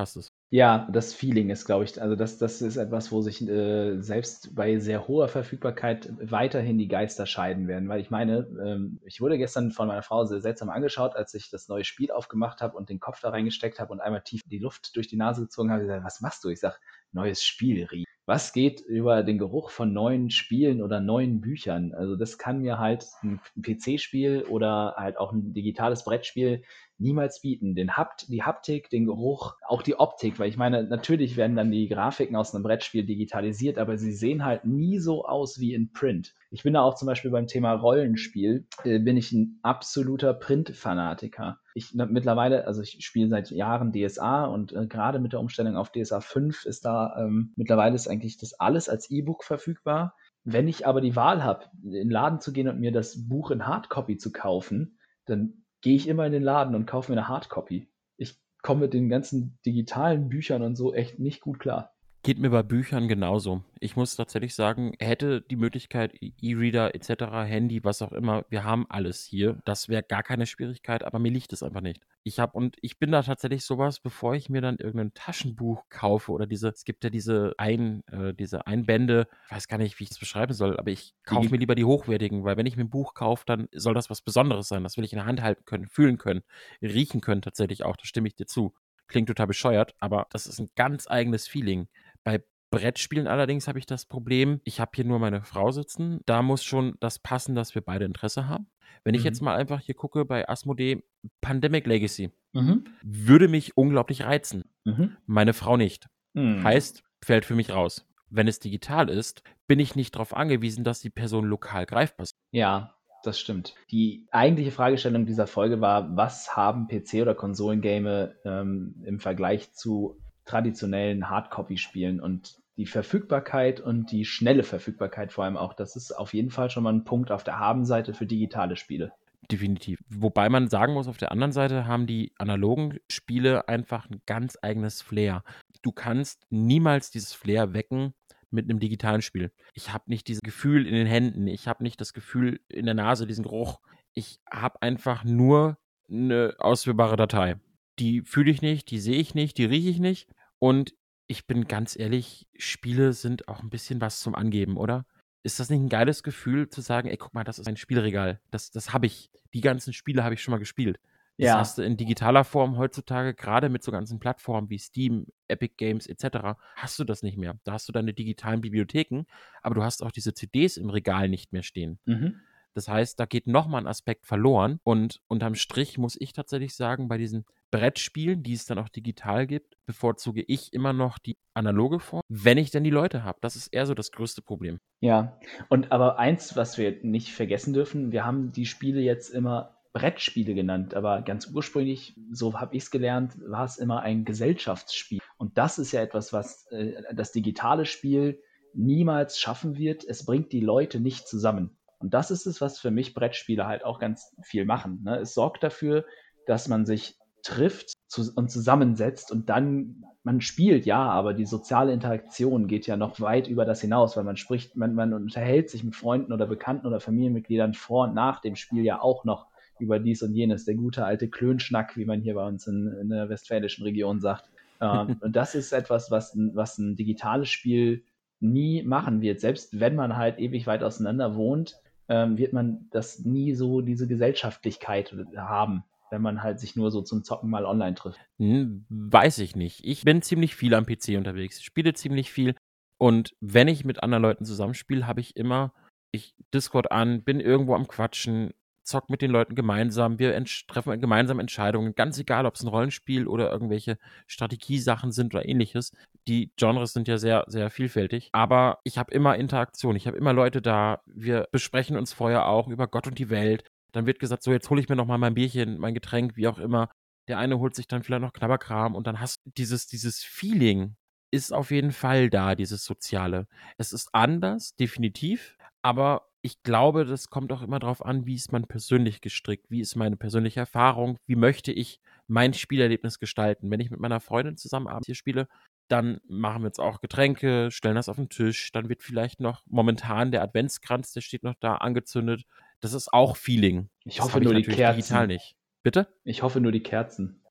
Ja, das Feeling ist, glaube ich, also das das ist etwas, wo sich, äh, selbst bei sehr hoher Verfügbarkeit weiterhin die Geister scheiden werden. Weil ich meine, ähm, ich wurde gestern von meiner Frau sehr seltsam angeschaut, als ich das neue Spiel aufgemacht habe und den Kopf da reingesteckt habe und einmal tief die Luft durch die Nase gezogen habe. Sie sagt: „Was machst du?“ Ich sage: „Neues Spiel, Rie.“ Was geht über den Geruch von neuen Spielen oder neuen Büchern? Also, das kann mir halt 'n P C-Spiel oder halt auch 'n digitales Brettspiel niemals bieten. Den Hapt die Haptik, den Geruch, auch die Optik, weil ich meine, natürlich werden dann die Grafiken aus einem Brettspiel digitalisiert, aber sie sehen halt nie so aus wie in Print. Ich bin da auch zum Beispiel beim Thema Rollenspiel, äh, bin ich ein absoluter Print-Fanatiker. Ich na, mittlerweile, also ich spiele seit Jahren D S A und äh, gerade mit der Umstellung auf D S A fünf ist da ähm, mittlerweile ist eigentlich das alles als E-Book verfügbar. Wenn ich aber die Wahl habe, in den Laden zu gehen und mir das Buch in Hardcopy zu kaufen, dann gehe ich immer in den Laden und kaufe mir eine Hardcopy. Ich komme mit den ganzen digitalen Büchern und so echt nicht gut klar.
Geht mir bei Büchern genauso. Ich muss tatsächlich sagen, hätte die Möglichkeit, E- E-Reader et cetera, Handy, was auch immer, wir haben alles hier. Das wäre gar keine Schwierigkeit, aber mir liegt es einfach nicht. Ich habe und ich bin da tatsächlich sowas, bevor ich mir dann irgendein Taschenbuch kaufe oder diese, es gibt ja diese ein, äh, diese Einbände, ich weiß gar nicht, wie ich das beschreiben soll, aber ich kaufe
Digi
mir lieber die hochwertigen, weil wenn ich mir ein Buch kaufe, dann soll das was Besonderes sein. Das will ich in der Hand halten können, fühlen können, riechen können tatsächlich auch. Da stimme ich dir zu. Klingt total bescheuert, aber das ist ein ganz eigenes Feeling. Bei Brettspielen allerdings habe ich das Problem, ich habe hier nur meine Frau sitzen. Da muss schon das passen, dass wir beide Interesse haben. Wenn ich jetzt
Mhm.
mal einfach hier gucke bei Asmodee, Pandemic Legacy,
Mhm.
würde mich unglaublich reizen.
Mhm.
Meine Frau nicht.
Mhm.
Heißt, fällt für mich raus. Wenn es digital ist, bin ich nicht darauf angewiesen, dass die Person lokal greifbar ist.
Ja, das stimmt. Die eigentliche Fragestellung dieser Folge war: Was haben P C oder Konsolengame, ähm, im Vergleich zu traditionellen Hardcopy-Spielen? Und die Verfügbarkeit und die schnelle Verfügbarkeit vor allem auch, das ist auf jeden Fall schon mal ein Punkt auf der Habenseite für digitale Spiele.
Definitiv. Wobei man sagen muss, auf der anderen Seite haben die analogen Spiele einfach ein ganz eigenes Flair. Du kannst niemals dieses Flair wecken mit einem digitalen Spiel. Ich habe nicht dieses Gefühl in den Händen, ich habe nicht das Gefühl in der Nase, diesen Geruch. Ich habe einfach nur eine ausführbare Datei. Die fühle ich nicht, die sehe ich nicht, die rieche ich nicht und ich bin ganz ehrlich, Spiele sind auch ein bisschen was zum Angeben, oder? Ist das nicht ein geiles Gefühl zu sagen: „Ey, guck mal, das ist ein Spielregal. Das das habe ich. Die ganzen Spiele habe ich schon mal gespielt.“ Das hast
Ja.
du in digitaler Form heutzutage, gerade mit so ganzen Plattformen wie Steam, Epic Games et cetera, hast du das nicht mehr. Da hast du deine digitalen Bibliotheken, aber du hast auch diese C Ds im Regal nicht mehr stehen.
Mhm.
Das heißt, da geht noch mal 'n Aspekt verloren und unterm Strich muss ich tatsächlich sagen, bei diesen Brettspielen, die es dann auch digital gibt, bevorzuge ich immer noch die analoge Form, wenn ich denn die Leute habe. Das ist eher so das größte Problem.
Ja, und aber eins, was wir nicht vergessen dürfen, wir haben die Spiele jetzt immer Brettspiele genannt, aber ganz ursprünglich, so habe ich es gelernt, war es immer ein Gesellschaftsspiel. Und das ist ja etwas, was äh, das digitale Spiel niemals schaffen wird. Es bringt die Leute nicht zusammen. Und das ist es, was für mich Brettspiele halt auch ganz viel machen. Ne? Es sorgt dafür, dass man sich trifft zu, und zusammensetzt und dann man spielt, ja, aber die soziale Interaktion geht ja noch weit über das hinaus, weil man spricht, man, man unterhält sich mit Freunden oder Bekannten oder Familienmitgliedern vor und nach dem Spiel ja auch noch über dies und jenes. Der gute alte Klönschnack, wie man hier bei uns in, in der westfälischen Region sagt. Ähm, und das ist etwas, was, was ein digitales Spiel nie machen wird. Selbst wenn man halt ewig weit auseinander wohnt, ähm, wird man das nie so diese Gesellschaftlichkeit haben, wenn man halt sich nur so zum Zocken mal online trifft.
Hm, weiß ich nicht. Ich bin ziemlich viel am P C unterwegs. Ich spiele ziemlich viel und wenn ich mit anderen Leuten zusammenspiele, habe ich immer ich Discord an, bin irgendwo am Quatschen, zocke mit den Leuten gemeinsam, wir entsch treffen gemeinsam Entscheidungen, ganz egal, ob es ein Rollenspiel oder irgendwelche Strategiesachen sind oder Ähnliches. Die Genres sind ja sehr, sehr vielfältig, aber ich habe immer Interaktion. Ich habe immer Leute da. Wir besprechen uns vorher auch über Gott und die Welt. Dann wird gesagt: „So, jetzt hole ich mir noch mal mein Bierchen, mein Getränk“, wie auch immer. Der eine holt sich dann vielleicht noch Knabberkram und dann hast du dieses dieses Feeling ist auf jeden Fall da, dieses Soziale. Es ist anders, definitiv, aber ich glaube, das kommt auch immer drauf an, wie ist man persönlich gestrickt, wie ist meine persönliche Erfahrung, wie möchte ich mein Spielerlebnis gestalten. Wenn ich mit meiner Freundin zusammen abends hier spiele, dann machen wir uns auch Getränke, stellen das auf den Tisch, dann wird vielleicht noch momentan der Adventskranz, der steht noch da, angezündet. Das ist auch Feeling.
Ich
Das
hoffe
habe ich
nur die
natürlich digital
Kerzen.
nicht. Bitte?
Ich hoffe nur die Kerzen.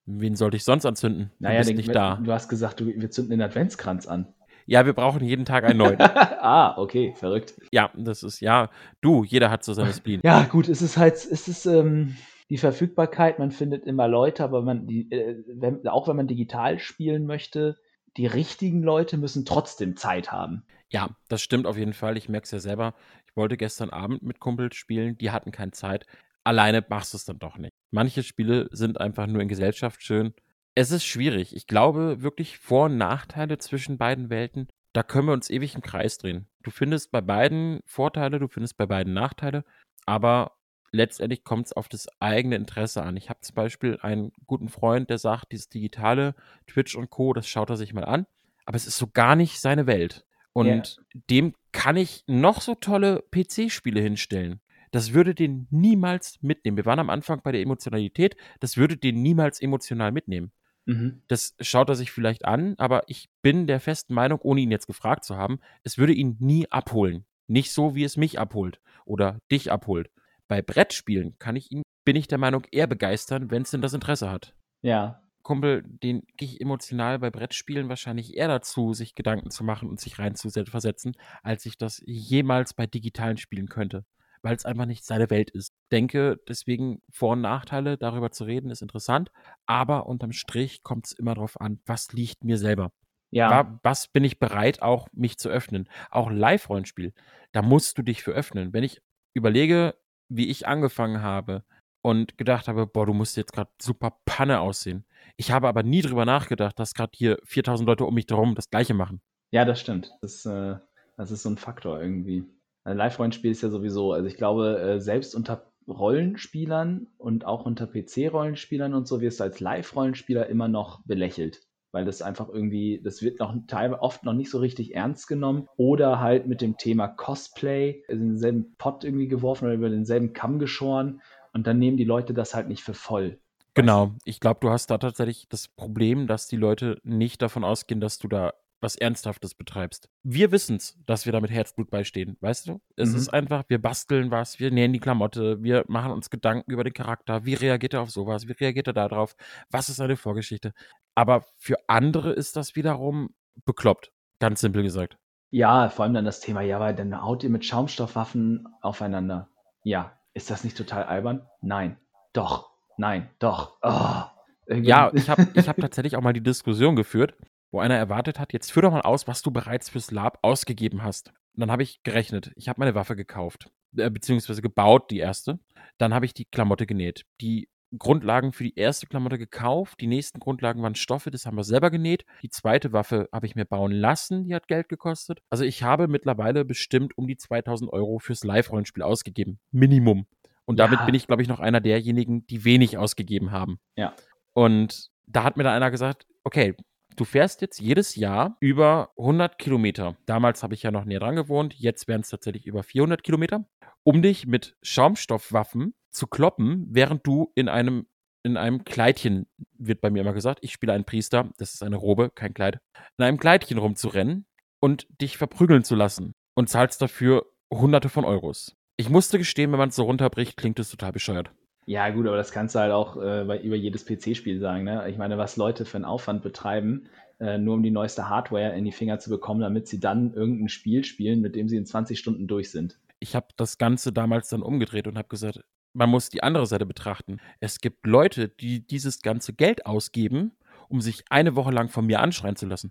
Wen sollte ich sonst anzünden? Du
Naja,
bist
den,
nicht da.
du hast gesagt, du, wir zünden den Adventskranz an.
Ja, wir brauchen jeden Tag einen neuen.
Ah, okay, verrückt.
Ja, das ist, ja, du, jeder hat so seine Spleen.
Ja, gut, es ist halt, es ist ähm, die Verfügbarkeit, man findet immer Leute, aber man, die, äh, wenn, auch wenn man digital spielen möchte, die richtigen Leute müssen trotzdem Zeit haben.
Ja, das stimmt auf jeden Fall. Ich merke es ja selber. Ich wollte gestern Abend mit Kumpels spielen, die hatten keine Zeit. Alleine machst du es dann doch nicht. Manche Spiele sind einfach nur in Gesellschaft schön. Es ist schwierig. Ich glaube wirklich Vor- und Nachteile zwischen beiden Welten. Da können wir uns ewig im Kreis drehen. Du findest bei beiden Vorteile, du findest bei beiden Nachteile, aber letztendlich kommt es auf das eigene Interesse an. Ich habe zum Beispiel einen guten Freund, der sagt, dieses digitale Twitch und Co., das schaut er sich mal an, aber es ist so gar nicht seine Welt. Und ja. dem kann ich noch so tolle P C-Spiele hinstellen. Das würde den niemals mitnehmen. Wir waren am Anfang bei der Emotionalität, das würde den niemals emotional mitnehmen. Mhm. Das schaut er sich vielleicht an, aber ich bin der festen Meinung, ohne ihn jetzt gefragt zu haben, es würde ihn nie abholen. Nicht so, wie es mich abholt oder dich abholt. Bei Brettspielen kann ich ihn, bin ich der Meinung, eher begeistern, wenn es denn das Interesse hat.
Ja.
Kumpel, den gehe ich emotional bei Brettspielen wahrscheinlich eher dazu, sich Gedanken zu machen und sich reinzuversetzen, als ich das jemals bei digitalen Spielen könnte, weil es einfach nicht seine Welt ist. Ich denke, deswegen Vor- und Nachteile, darüber zu reden, ist interessant, aber unterm Strich kommt es immer darauf an, was liegt mir selber. Ja. Was bin ich bereit, auch mich zu öffnen? Auch Live-Rollenspiel, da musst du dich für öffnen. Wenn ich überlege, wie ich angefangen habe und gedacht habe, boah, du musst jetzt gerade super Panne aussehen. Ich habe aber nie drüber nachgedacht, dass gerade hier viertausend Leute um mich herum das Gleiche machen.
Ja, das stimmt. Das, äh, das ist so ein Faktor irgendwie. Ein Live-Rollenspiel ist ja sowieso, also ich glaube, äh, selbst unter Rollenspielern und auch unter P C-Rollenspielern und so wirst du als Live-Rollenspieler immer noch belächelt. Weil das einfach irgendwie, das wird noch teilweise oft noch nicht so richtig ernst genommen oder halt mit dem Thema Cosplay in denselben Pott irgendwie geworfen oder über denselben Kamm geschoren und dann nehmen die Leute das halt nicht für voll.
Genau, ich glaube, du hast da tatsächlich das Problem, dass die Leute nicht davon ausgehen, dass du da was Ernsthaftes betreibst. Wir wissen es, dass wir da mit Herzblut beistehen, weißt du? Es mhm. ist einfach, wir basteln was, wir nähen die Klamotte, wir machen uns Gedanken über den Charakter, wie reagiert er auf sowas, wie reagiert er da drauf, was ist seine Vorgeschichte. Aber für andere ist das wiederum bekloppt, ganz simpel gesagt.
Ja, vor allem dann das Thema, ja, weil dann haut ihr mit Schaumstoffwaffen aufeinander. Ja, ist das nicht total albern? Nein. Doch. Nein. Doch. Oh.
Ja, ich habe ich hab tatsächlich auch mal die Diskussion geführt, wo einer erwartet hat, jetzt führ doch mal aus, was du bereits fürs Lab ausgegeben hast. Und dann habe ich gerechnet. Ich habe meine Waffe gekauft, äh, beziehungsweise gebaut, die erste. Dann habe ich die Klamotte genäht. Die Grundlagen für die erste Klamotte gekauft. Die nächsten Grundlagen waren Stoffe, das haben wir selber genäht. Die zweite Waffe habe ich mir bauen lassen, die hat Geld gekostet. Also ich habe mittlerweile bestimmt um die zweitausend Euro fürs Live-Rollenspiel ausgegeben. Minimum. Und damit ja. bin ich, glaube ich, noch einer derjenigen, die wenig ausgegeben haben.
Ja.
Und da hat mir da einer gesagt, okay, du fährst jetzt jedes Jahr über hundert Kilometer. Damals habe ich ja noch näher dran gewohnt, jetzt wären es tatsächlich über vierhundert Kilometer, um dich mit Schaumstoffwaffen zu kloppen, während du in einem, in einem Kleidchen, wird bei mir immer gesagt, ich spiele einen Priester, das ist eine Robe, kein Kleid, in einem Kleidchen rumzurennen und dich verprügeln zu lassen und zahlst dafür hunderte von Euros. Ich musste gestehen, wenn man es so runterbricht, klingt es total bescheuert.
Ja, gut, aber das kannst du halt auch äh, bei, über jedes P C-Spiel sagen, ne? Ich meine, was Leute für einen Aufwand betreiben, äh, nur um die neueste Hardware in die Finger zu bekommen, damit sie dann irgendein Spiel spielen, mit dem sie in zwanzig Stunden durch sind.
Ich habe das Ganze damals dann umgedreht und habe gesagt, man muss die andere Seite betrachten. Es gibt Leute, die dieses ganze Geld ausgeben, um sich eine Woche lang von mir anschreien zu lassen.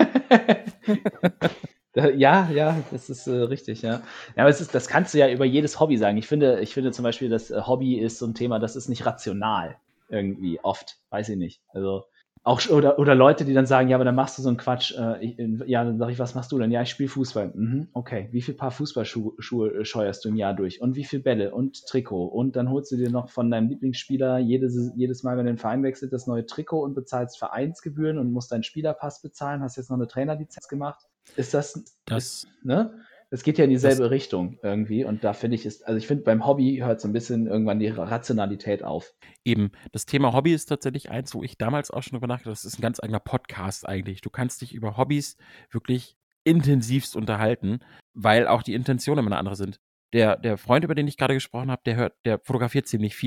Ja, ja, das ist äh, richtig, ja. Ja, aber es ist, das kannst du ja über jedes Hobby sagen. Ich finde, ich finde zum Beispiel, das äh, Hobby ist so ein Thema, das ist nicht rational irgendwie, oft, weiß ich nicht. Also auch oder, oder Leute, die dann sagen, ja, aber dann machst du so einen Quatsch. Äh, ich, ja, dann sag ich, was machst du denn? Ja, ich spiele Fußball. Mhm, okay, wie viel Paar Fußballschuhe scheuerst du im Jahr durch? Und wie viel Bälle und Trikot? Und dann holst du dir noch von deinem Lieblingsspieler jedes, jedes Mal, wenn du den Verein wechselt, das neue Trikot und bezahlst Vereinsgebühren und musst deinen Spielerpass bezahlen. Hast jetzt noch eine Trainerlizenz gemacht? Ist das,
das
ist, ne? Es geht ja in dieselbe das, Richtung irgendwie und da finde ich es, also ich finde beim Hobby hört so ein bisschen irgendwann die Rationalität auf.
Eben, das Thema Hobby ist tatsächlich eins, wo ich damals auch schon drüber nachgedacht habe, das ist ein ganz eigener Podcast eigentlich. Du kannst dich über Hobbys wirklich intensivst unterhalten, weil auch die Intentionen immer eine andere sind. Der, der Freund, über den ich gerade gesprochen habe, der hört, der fotografiert ziemlich viel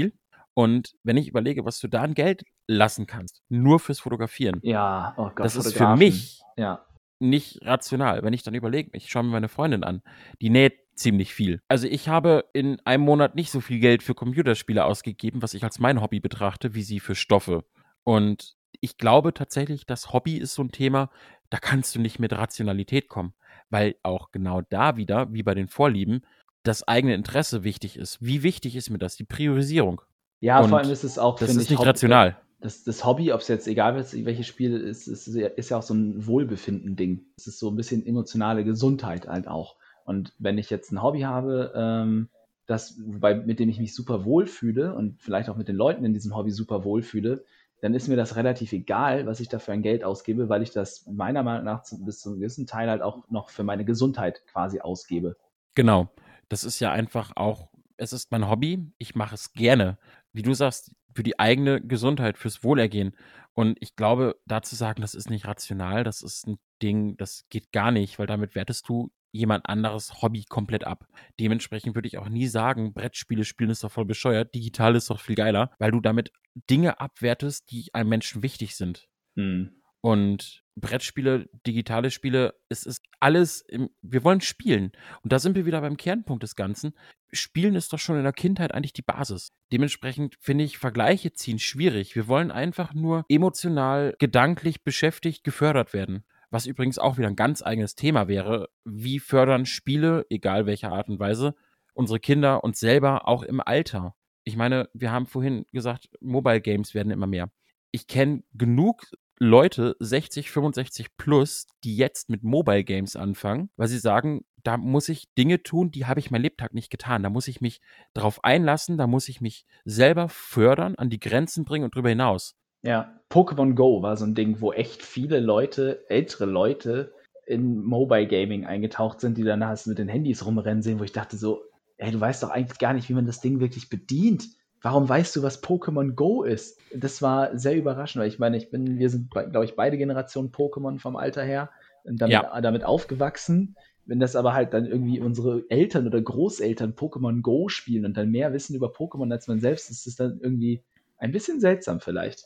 Und wenn ich überlege, was du da an Geld lassen kannst, nur fürs Fotografieren,
Ja, oh Gott,
das ist für
Fotografen.
mich
Ja.
nicht rational. Wenn ich dann überlege, ich schaue mir meine Freundin an, die näht ziemlich viel. Also ich habe in einem Monat nicht so viel Geld für Computerspiele ausgegeben, was ich als mein Hobby betrachte, wie sie für Stoffe. Und ich glaube tatsächlich, das Hobby ist so ein Thema, da kannst du nicht mit Rationalität kommen, weil auch genau da wieder, wie bei den Vorlieben, das eigene Interesse wichtig ist. Wie wichtig ist mir das? Die Priorisierung.
Ja, vor allem
Und
ist es auch,
das
finde
ist
ich,
nicht
Hob
rational.
das, das Hobby, ob es jetzt egal ist, welches Spiel ist, ist, ist ja auch so ein Wohlbefinden-Ding. Es ist so ein bisschen emotionale Gesundheit halt auch. Und wenn ich jetzt ein Hobby habe, ähm, das, wobei, mit dem ich mich super wohlfühle und vielleicht auch mit den Leuten in diesem Hobby super wohlfühle, dann ist mir das relativ egal, was ich dafür an Geld ausgebe, weil ich das meiner Meinung nach zu, bis zu einem gewissen Teil halt auch noch für meine Gesundheit quasi ausgebe.
Genau. Das ist ja einfach auch, es ist mein Hobby, ich mache es gerne. Wie du sagst, für die eigene Gesundheit, fürs Wohlergehen. Und ich glaube, da zu sagen, das ist nicht rational, das ist ein Ding, das geht gar nicht, weil damit wertest du jemand anderes Hobby komplett ab. Dementsprechend würde ich auch nie sagen, Brettspiele spielen ist doch voll bescheuert, digital ist doch viel geiler, weil du damit Dinge abwertest, die einem Menschen wichtig sind.
Hm.
Und Brettspiele, digitale Spiele, es ist alles, im, wir wollen spielen. Und da sind wir wieder beim Kernpunkt des Ganzen. Spielen ist doch schon in der Kindheit eigentlich die Basis. Dementsprechend finde ich Vergleiche ziehen schwierig. Wir wollen einfach nur emotional, gedanklich beschäftigt, gefördert werden. Was übrigens auch wieder ein ganz eigenes Thema wäre. Wie fördern Spiele, egal welcher Art und Weise, unsere Kinder uns selber auch im Alter? Ich meine, wir haben vorhin gesagt, Mobile Games werden immer mehr. Ich kenne genug Leute, sechzig, fünfundsechzig plus, die jetzt mit Mobile Games anfangen, weil sie sagen, da muss ich Dinge tun, die habe ich mein Lebtag nicht getan. Da muss ich mich drauf einlassen, da muss ich mich selber fördern, an die Grenzen bringen und drüber hinaus.
Ja, Pokémon Go war so ein Ding, wo echt viele Leute, ältere Leute, in Mobile Gaming eingetaucht sind, die dann hast du mit den Handys rumrennen sehen, wo ich dachte so, ey, du weißt doch eigentlich gar nicht, wie man das Ding wirklich bedient. Warum weißt du, was Pokémon Go ist? Das war sehr überraschend, weil ich meine, ich bin, wir sind, glaube ich, beide Generationen Pokémon vom Alter her und damit,
Ja.
damit aufgewachsen. Wenn das aber halt dann irgendwie unsere Eltern oder Großeltern Pokémon Go spielen und dann mehr wissen über Pokémon als man selbst, ist es dann irgendwie ein bisschen seltsam vielleicht.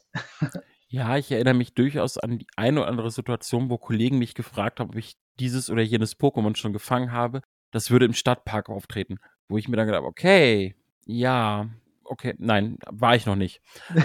Ja, ich erinnere mich durchaus an die eine oder andere Situation, wo Kollegen mich gefragt haben, ob ich dieses oder jenes Pokémon schon gefangen habe. Das würde im Stadtpark auftreten, wo ich mir dann gedacht habe, okay, ja, okay, nein, war ich noch nicht.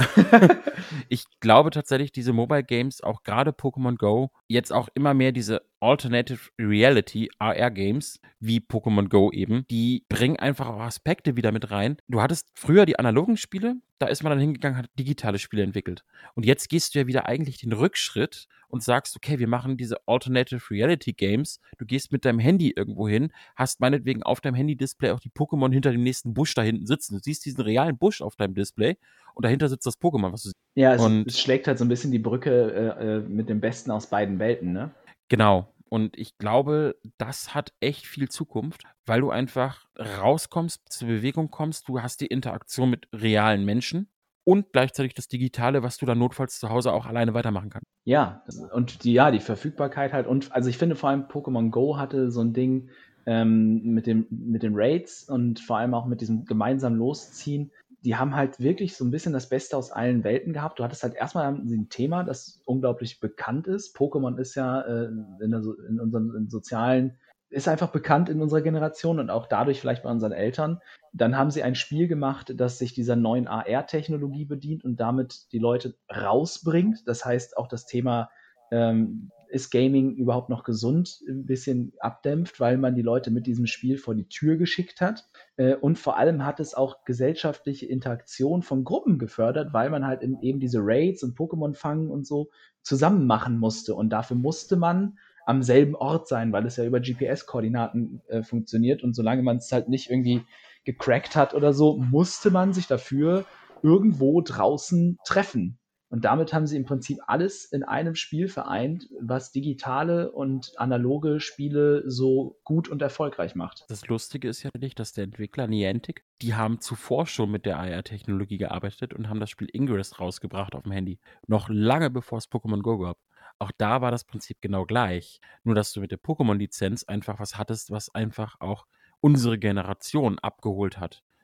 Ich glaube tatsächlich, diese Mobile Games, auch gerade Pokémon Go, jetzt auch immer mehr diese Alternative Reality R R Games, wie Pokémon Go eben, die bringen einfach auch Aspekte wieder mit rein. Du hattest früher die analogen Spiele, da ist man dann hingegangen, hat digitale Spiele entwickelt. Und jetzt gehst du ja wieder eigentlich den Rückschritt und sagst, okay, wir machen diese Alternative Reality Games. Du gehst mit deinem Handy irgendwo hin, hast meinetwegen auf deinem Handy-Display auch die Pokémon hinter dem nächsten Busch da hinten sitzen. Du siehst diesen realen Busch auf deinem Display und dahinter sitzt das Pokémon, was du siehst.
Ja, es,
Und
es schlägt halt so ein bisschen die Brücke äh, äh, mit dem Besten aus beiden Welten, ne?
genau. Und ich glaube, das hat echt viel Zukunft, weil du einfach rauskommst, zur Bewegung kommst, du hast die Interaktion mit realen Menschen und gleichzeitig das Digitale, was du dann notfalls zu Hause auch alleine weitermachen kannst.
Ja, und die, ja, die Verfügbarkeit halt. Und also ich finde vor allem Pokémon Go hatte so ein Ding ähm, mit, dem, mit den Raids und vor allem auch mit diesem gemeinsamen Losziehen. Die haben halt wirklich so ein bisschen das Beste aus allen Welten gehabt. Du hattest halt erstmal ein Thema, das unglaublich bekannt ist. Pokémon ist ja äh, in, der, in unseren in sozialen, ist einfach bekannt in unserer Generation und auch dadurch vielleicht bei unseren Eltern. Dann haben sie ein Spiel gemacht, das sich dieser neuen A R-Technologie bedient und damit die Leute rausbringt. Das heißt, auch das Thema, ähm, ist Gaming überhaupt noch gesund, ein bisschen abdämpft, weil man die Leute mit diesem Spiel vor die Tür geschickt hat. Äh, und vor allem hat es auch gesellschaftliche Interaktion von Gruppen gefördert, weil man halt eben diese Raids und Pokémon fangen und so zusammen machen musste. Und dafür musste man am selben Ort sein, weil es ja über G P S-Koordinaten äh, funktioniert. Und solange man es halt nicht irgendwie gecrackt hat oder so, musste man sich dafür irgendwo draußen treffen. Und damit haben sie im Prinzip alles in einem Spiel vereint, was digitale und analoge Spiele so gut und erfolgreich macht.
Das Lustige ist ja nicht, dass der Entwickler Niantic, die haben zuvor schon mit der A R-Technologie gearbeitet und haben das Spiel Ingress rausgebracht auf dem Handy. Noch lange bevor es Pokémon Go gab. Auch da war das Prinzip genau gleich. Nur, dass du mit der Pokémon-Lizenz einfach was hattest, was einfach auch unsere Generation abgeholt hat.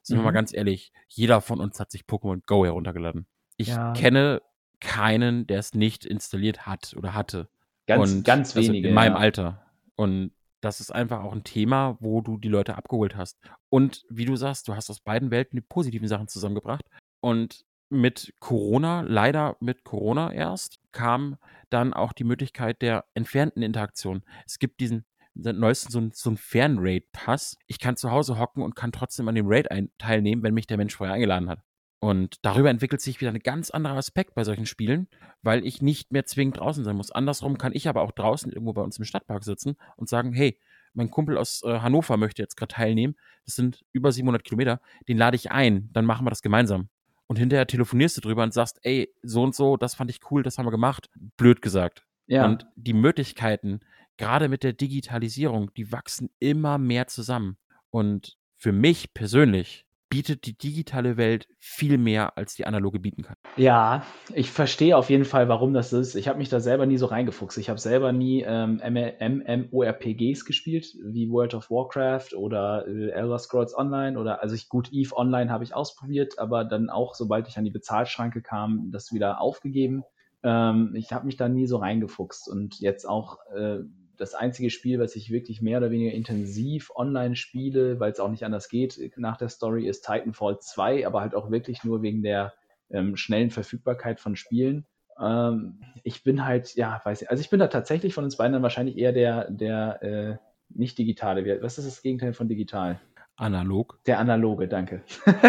Sind wir mal
Mhm.
ganz ehrlich, jeder von uns hat sich Pokémon Go heruntergeladen. Ich
Ja,
kenne keinen, der es nicht installiert hat oder hatte.
ganz,
Und
ganz
also in
wenige,
meinem
ja.
Alter. Und das ist einfach auch ein Thema, wo du die Leute abgeholt hast. Und wie du sagst, du hast aus beiden Welten die positiven Sachen zusammengebracht. Und mit Corona, leider mit Corona erst, kam dann auch die Möglichkeit der entfernten Interaktion. Es gibt diesen seit neuestem so ein, so ein Fernraid-Pass. Ich kann zu Hause hocken und kann trotzdem an dem Raid ein, teilnehmen, wenn mich der Mensch vorher eingeladen hat. Und darüber entwickelt sich wieder ein ganz anderer Aspekt bei solchen Spielen, weil ich nicht mehr zwingend draußen sein muss. Andersrum kann ich aber auch draußen irgendwo bei uns im Stadtpark sitzen und sagen, hey, mein Kumpel aus äh, Hannover möchte jetzt gerade teilnehmen. Das sind über siebenhundert Kilometer. Den lade ich ein. Dann machen wir das gemeinsam. Und hinterher telefonierst du drüber und sagst, ey, so und so, das fand ich cool, das haben wir gemacht. Blöd gesagt.
Ja,
Und die Möglichkeiten, gerade mit der Digitalisierung, die wachsen immer mehr zusammen. Und für mich persönlich bietet die digitale Welt viel mehr, als die analoge bieten kann.
ja, ich verstehe auf jeden Fall, warum das so ist. Ich habe mich da selber nie so reingefuchst. Ich habe selber nie ähm, MMORPGs gespielt, wie World of Warcraft oder äh, Elder Scrolls Online oder, also ich, gut, EVE Online habe ich ausprobiert, aber dann auch, sobald ich an die Bezahlschranke kam, das wieder aufgegeben. Ähm, ich habe mich da nie so reingefuchst und jetzt auch äh, das einzige Spiel, was ich wirklich mehr oder weniger intensiv online spiele, weil es auch nicht anders geht nach der Story, ist Titanfall zwei, aber halt auch wirklich nur wegen der ähm, schnellen Verfügbarkeit von Spielen. Ähm, ich bin halt, ja, weiß ich, also ich bin da tatsächlich von uns beiden dann wahrscheinlich eher der, der äh, nicht digitale. Wie- Was ist das Gegenteil von digital?
Analog.
Der analoge, danke.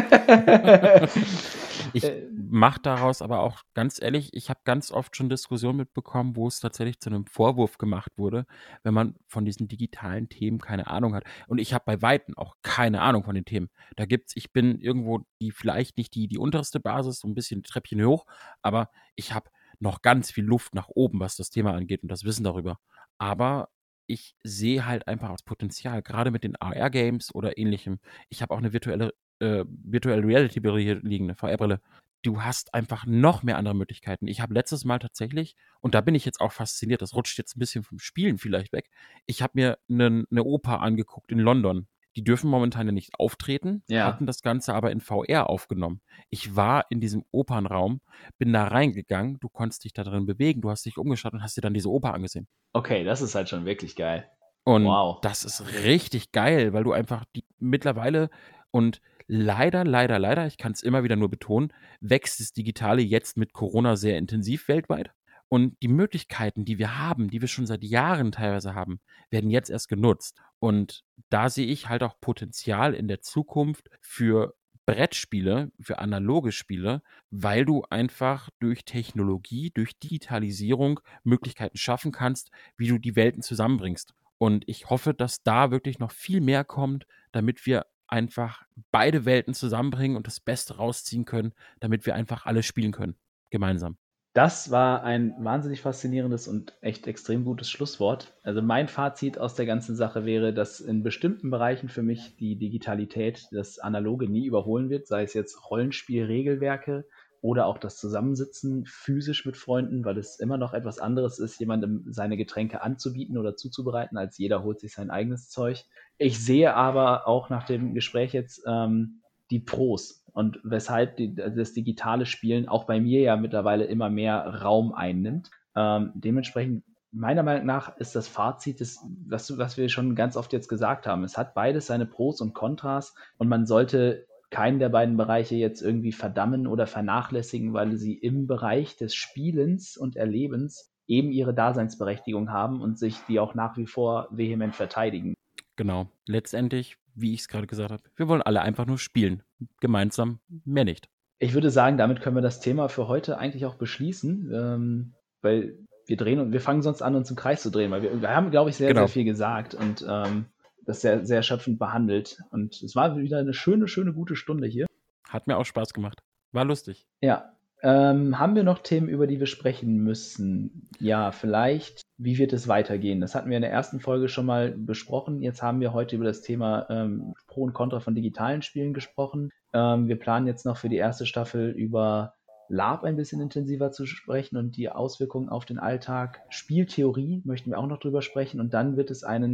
Ich
Äh,
mache daraus aber auch ganz ehrlich, ich habe ganz oft schon Diskussionen mitbekommen, wo es tatsächlich zu einem Vorwurf gemacht wurde, wenn man von diesen digitalen Themen keine Ahnung hat. Und ich habe bei Weitem auch keine Ahnung von den Themen. Da gibt's, ich bin irgendwo die vielleicht nicht die die unterste Basis, so ein bisschen Treppchen hoch, aber ich habe noch ganz viel Luft nach oben, was das Thema angeht und das Wissen darüber. Aber ich sehe halt einfach das Potenzial, gerade mit den A R-Games oder Ähnlichem. Ich habe auch eine virtuelle äh, Virtual Reality Brille hier liegen, eine V R-Brille. Du hast einfach noch mehr andere Möglichkeiten. Ich habe letztes Mal tatsächlich, und da bin ich jetzt auch fasziniert, das rutscht jetzt ein bisschen vom Spielen vielleicht weg. Ich habe mir eine ne Oper angeguckt in London. Die dürfen momentan ja nicht auftreten,
ja,
hatten das Ganze aber in V R aufgenommen. Ich war in diesem Opernraum, bin da reingegangen, du konntest dich da drin bewegen, du hast dich umgeschaut und hast dir dann diese Oper angesehen.
okay, das ist halt schon wirklich geil.
Und
Wow.
das ist richtig geil, weil du einfach die mittlerweile und leider, leider, leider, ich kann es immer wieder nur betonen, wächst das Digitale jetzt mit Corona sehr intensiv weltweit. Und die Möglichkeiten, die wir haben, die wir schon seit Jahren teilweise haben, werden jetzt erst genutzt. Und da sehe ich halt auch Potenzial in der Zukunft für Brettspiele, für analoge Spiele, weil du einfach durch Technologie, durch Digitalisierung Möglichkeiten schaffen kannst, wie du die Welten zusammenbringst. Und ich hoffe, dass da wirklich noch viel mehr kommt, damit wir einfach beide Welten zusammenbringen und das Beste rausziehen können, damit wir einfach alle spielen können. Gemeinsam.
Das war ein wahnsinnig faszinierendes und echt extrem gutes Schlusswort. Also mein Fazit aus der ganzen Sache wäre, dass in bestimmten Bereichen für mich die Digitalität das Analoge nie überholen wird, sei es jetzt Rollenspielregelwerke oder auch das Zusammensitzen physisch mit Freunden, weil es immer noch etwas anderes ist, jemandem seine Getränke anzubieten oder zuzubereiten, als jeder holt sich sein eigenes Zeug. Ich sehe aber auch nach dem Gespräch jetzt ähm, die Pros und weshalb die, das digitale Spielen auch bei mir ja mittlerweile immer mehr Raum einnimmt. Ähm, dementsprechend, meiner Meinung nach, ist das Fazit, das, was, was wir schon ganz oft jetzt gesagt haben. Es hat beides seine Pros und Kontras und man sollte keinen der beiden Bereiche jetzt irgendwie verdammen oder vernachlässigen, weil sie im Bereich des Spielens und Erlebens eben ihre Daseinsberechtigung haben und sich die auch nach wie vor vehement verteidigen.
Genau. Letztendlich, wie ich es gerade gesagt habe, wir wollen alle einfach nur spielen. Gemeinsam, mehr nicht.
Ich würde sagen, damit können wir das Thema für heute eigentlich auch beschließen, ähm, weil wir drehen und wir fangen sonst an, uns im Kreis zu drehen, weil wir, wir haben, glaube ich, sehr, sehr
Genau.
viel gesagt und ähm, das sehr, sehr erschöpfend behandelt. Und es war wieder eine schöne, schöne, gute Stunde hier.
Hat mir auch Spaß gemacht. War lustig.
Ja. Ähm, haben wir noch Themen, über die wir sprechen müssen? Ja, vielleicht, wie wird es weitergehen? Das hatten wir in der ersten Folge schon mal besprochen. Jetzt haben wir heute über das Thema ähm, Pro und Contra von digitalen Spielen gesprochen. Ähm, wir planen jetzt noch für die erste Staffel über LARP ein bisschen intensiver zu sprechen und die Auswirkungen auf den Alltag. Spieltheorie möchten wir auch noch drüber sprechen. Und dann wird es einen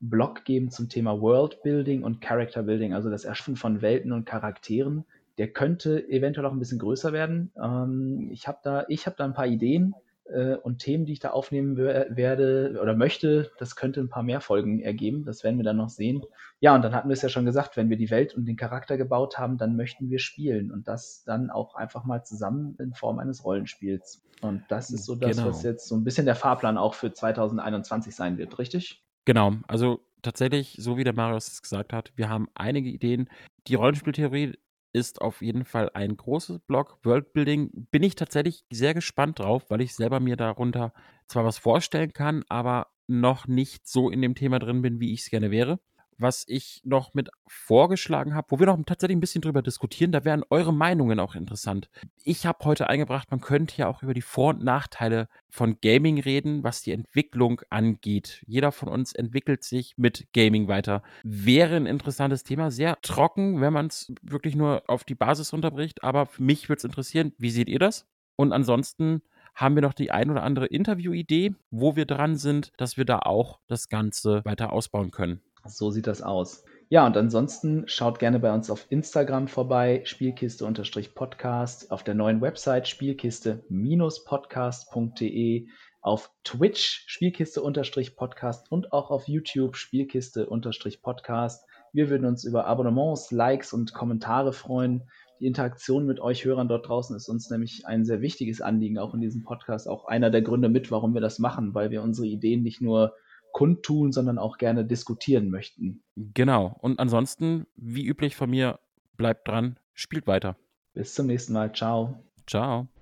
Blog geben zum Thema Worldbuilding und Character Building, also das Erschaffen von Welten und Charakteren. Der könnte eventuell auch ein bisschen größer werden. Ähm, ich habe da, ich hab da ein paar Ideen äh, und Themen, die ich da aufnehmen wer- werde oder möchte. Das könnte ein paar mehr Folgen ergeben. Das werden wir dann noch sehen. Ja, und dann hatten wir es ja schon gesagt, wenn wir die Welt und den Charakter gebaut haben, dann möchten wir spielen und das dann auch einfach mal zusammen in Form eines Rollenspiels. Und das ist so das, was
Genau.
jetzt so ein bisschen der Fahrplan auch für zwanzig einundzwanzig sein wird, richtig?
Genau, also tatsächlich, so wie der Marius es gesagt hat, wir haben einige Ideen. Die Rollenspieltheorie ist auf jeden Fall ein großes Block. Worldbuilding bin ich tatsächlich sehr gespannt drauf, weil ich selber mir darunter zwar was vorstellen kann, aber noch nicht so in dem Thema drin bin, wie ich es gerne wäre. Was ich noch mit vorgeschlagen habe, wo wir noch tatsächlich ein bisschen drüber diskutieren, da wären eure Meinungen auch interessant. Ich habe heute eingebracht, man könnte ja auch über die Vor- und Nachteile von Gaming reden, was die Entwicklung angeht. Jeder von uns entwickelt sich mit Gaming weiter. Wäre ein interessantes Thema, sehr trocken, wenn man es wirklich nur auf die Basis runterbricht, aber für mich würde es interessieren, wie seht ihr das? Und ansonsten haben wir noch die ein oder andere Interview-Idee, wo wir dran sind, dass wir da auch das Ganze weiter ausbauen können.
So sieht das aus. Ja, und ansonsten schaut gerne bei uns auf Instagram vorbei, Spielkiste-Podcast, auf der neuen Website spielkiste-podcast punkt de, auf Twitch Spielkiste-Podcast und auch auf YouTube Spielkiste-Podcast. Wir würden uns über Abonnements, Likes und Kommentare freuen. Die Interaktion mit euch Hörern dort draußen ist uns nämlich ein sehr wichtiges Anliegen, auch in diesem Podcast. Auch einer der Gründe mit, warum wir das machen, weil wir unsere Ideen nicht nur kundtun, sondern auch gerne diskutieren möchten.
Genau. Und ansonsten, wie üblich von mir, bleibt dran, spielt weiter.
Bis zum nächsten Mal. Ciao.
Ciao.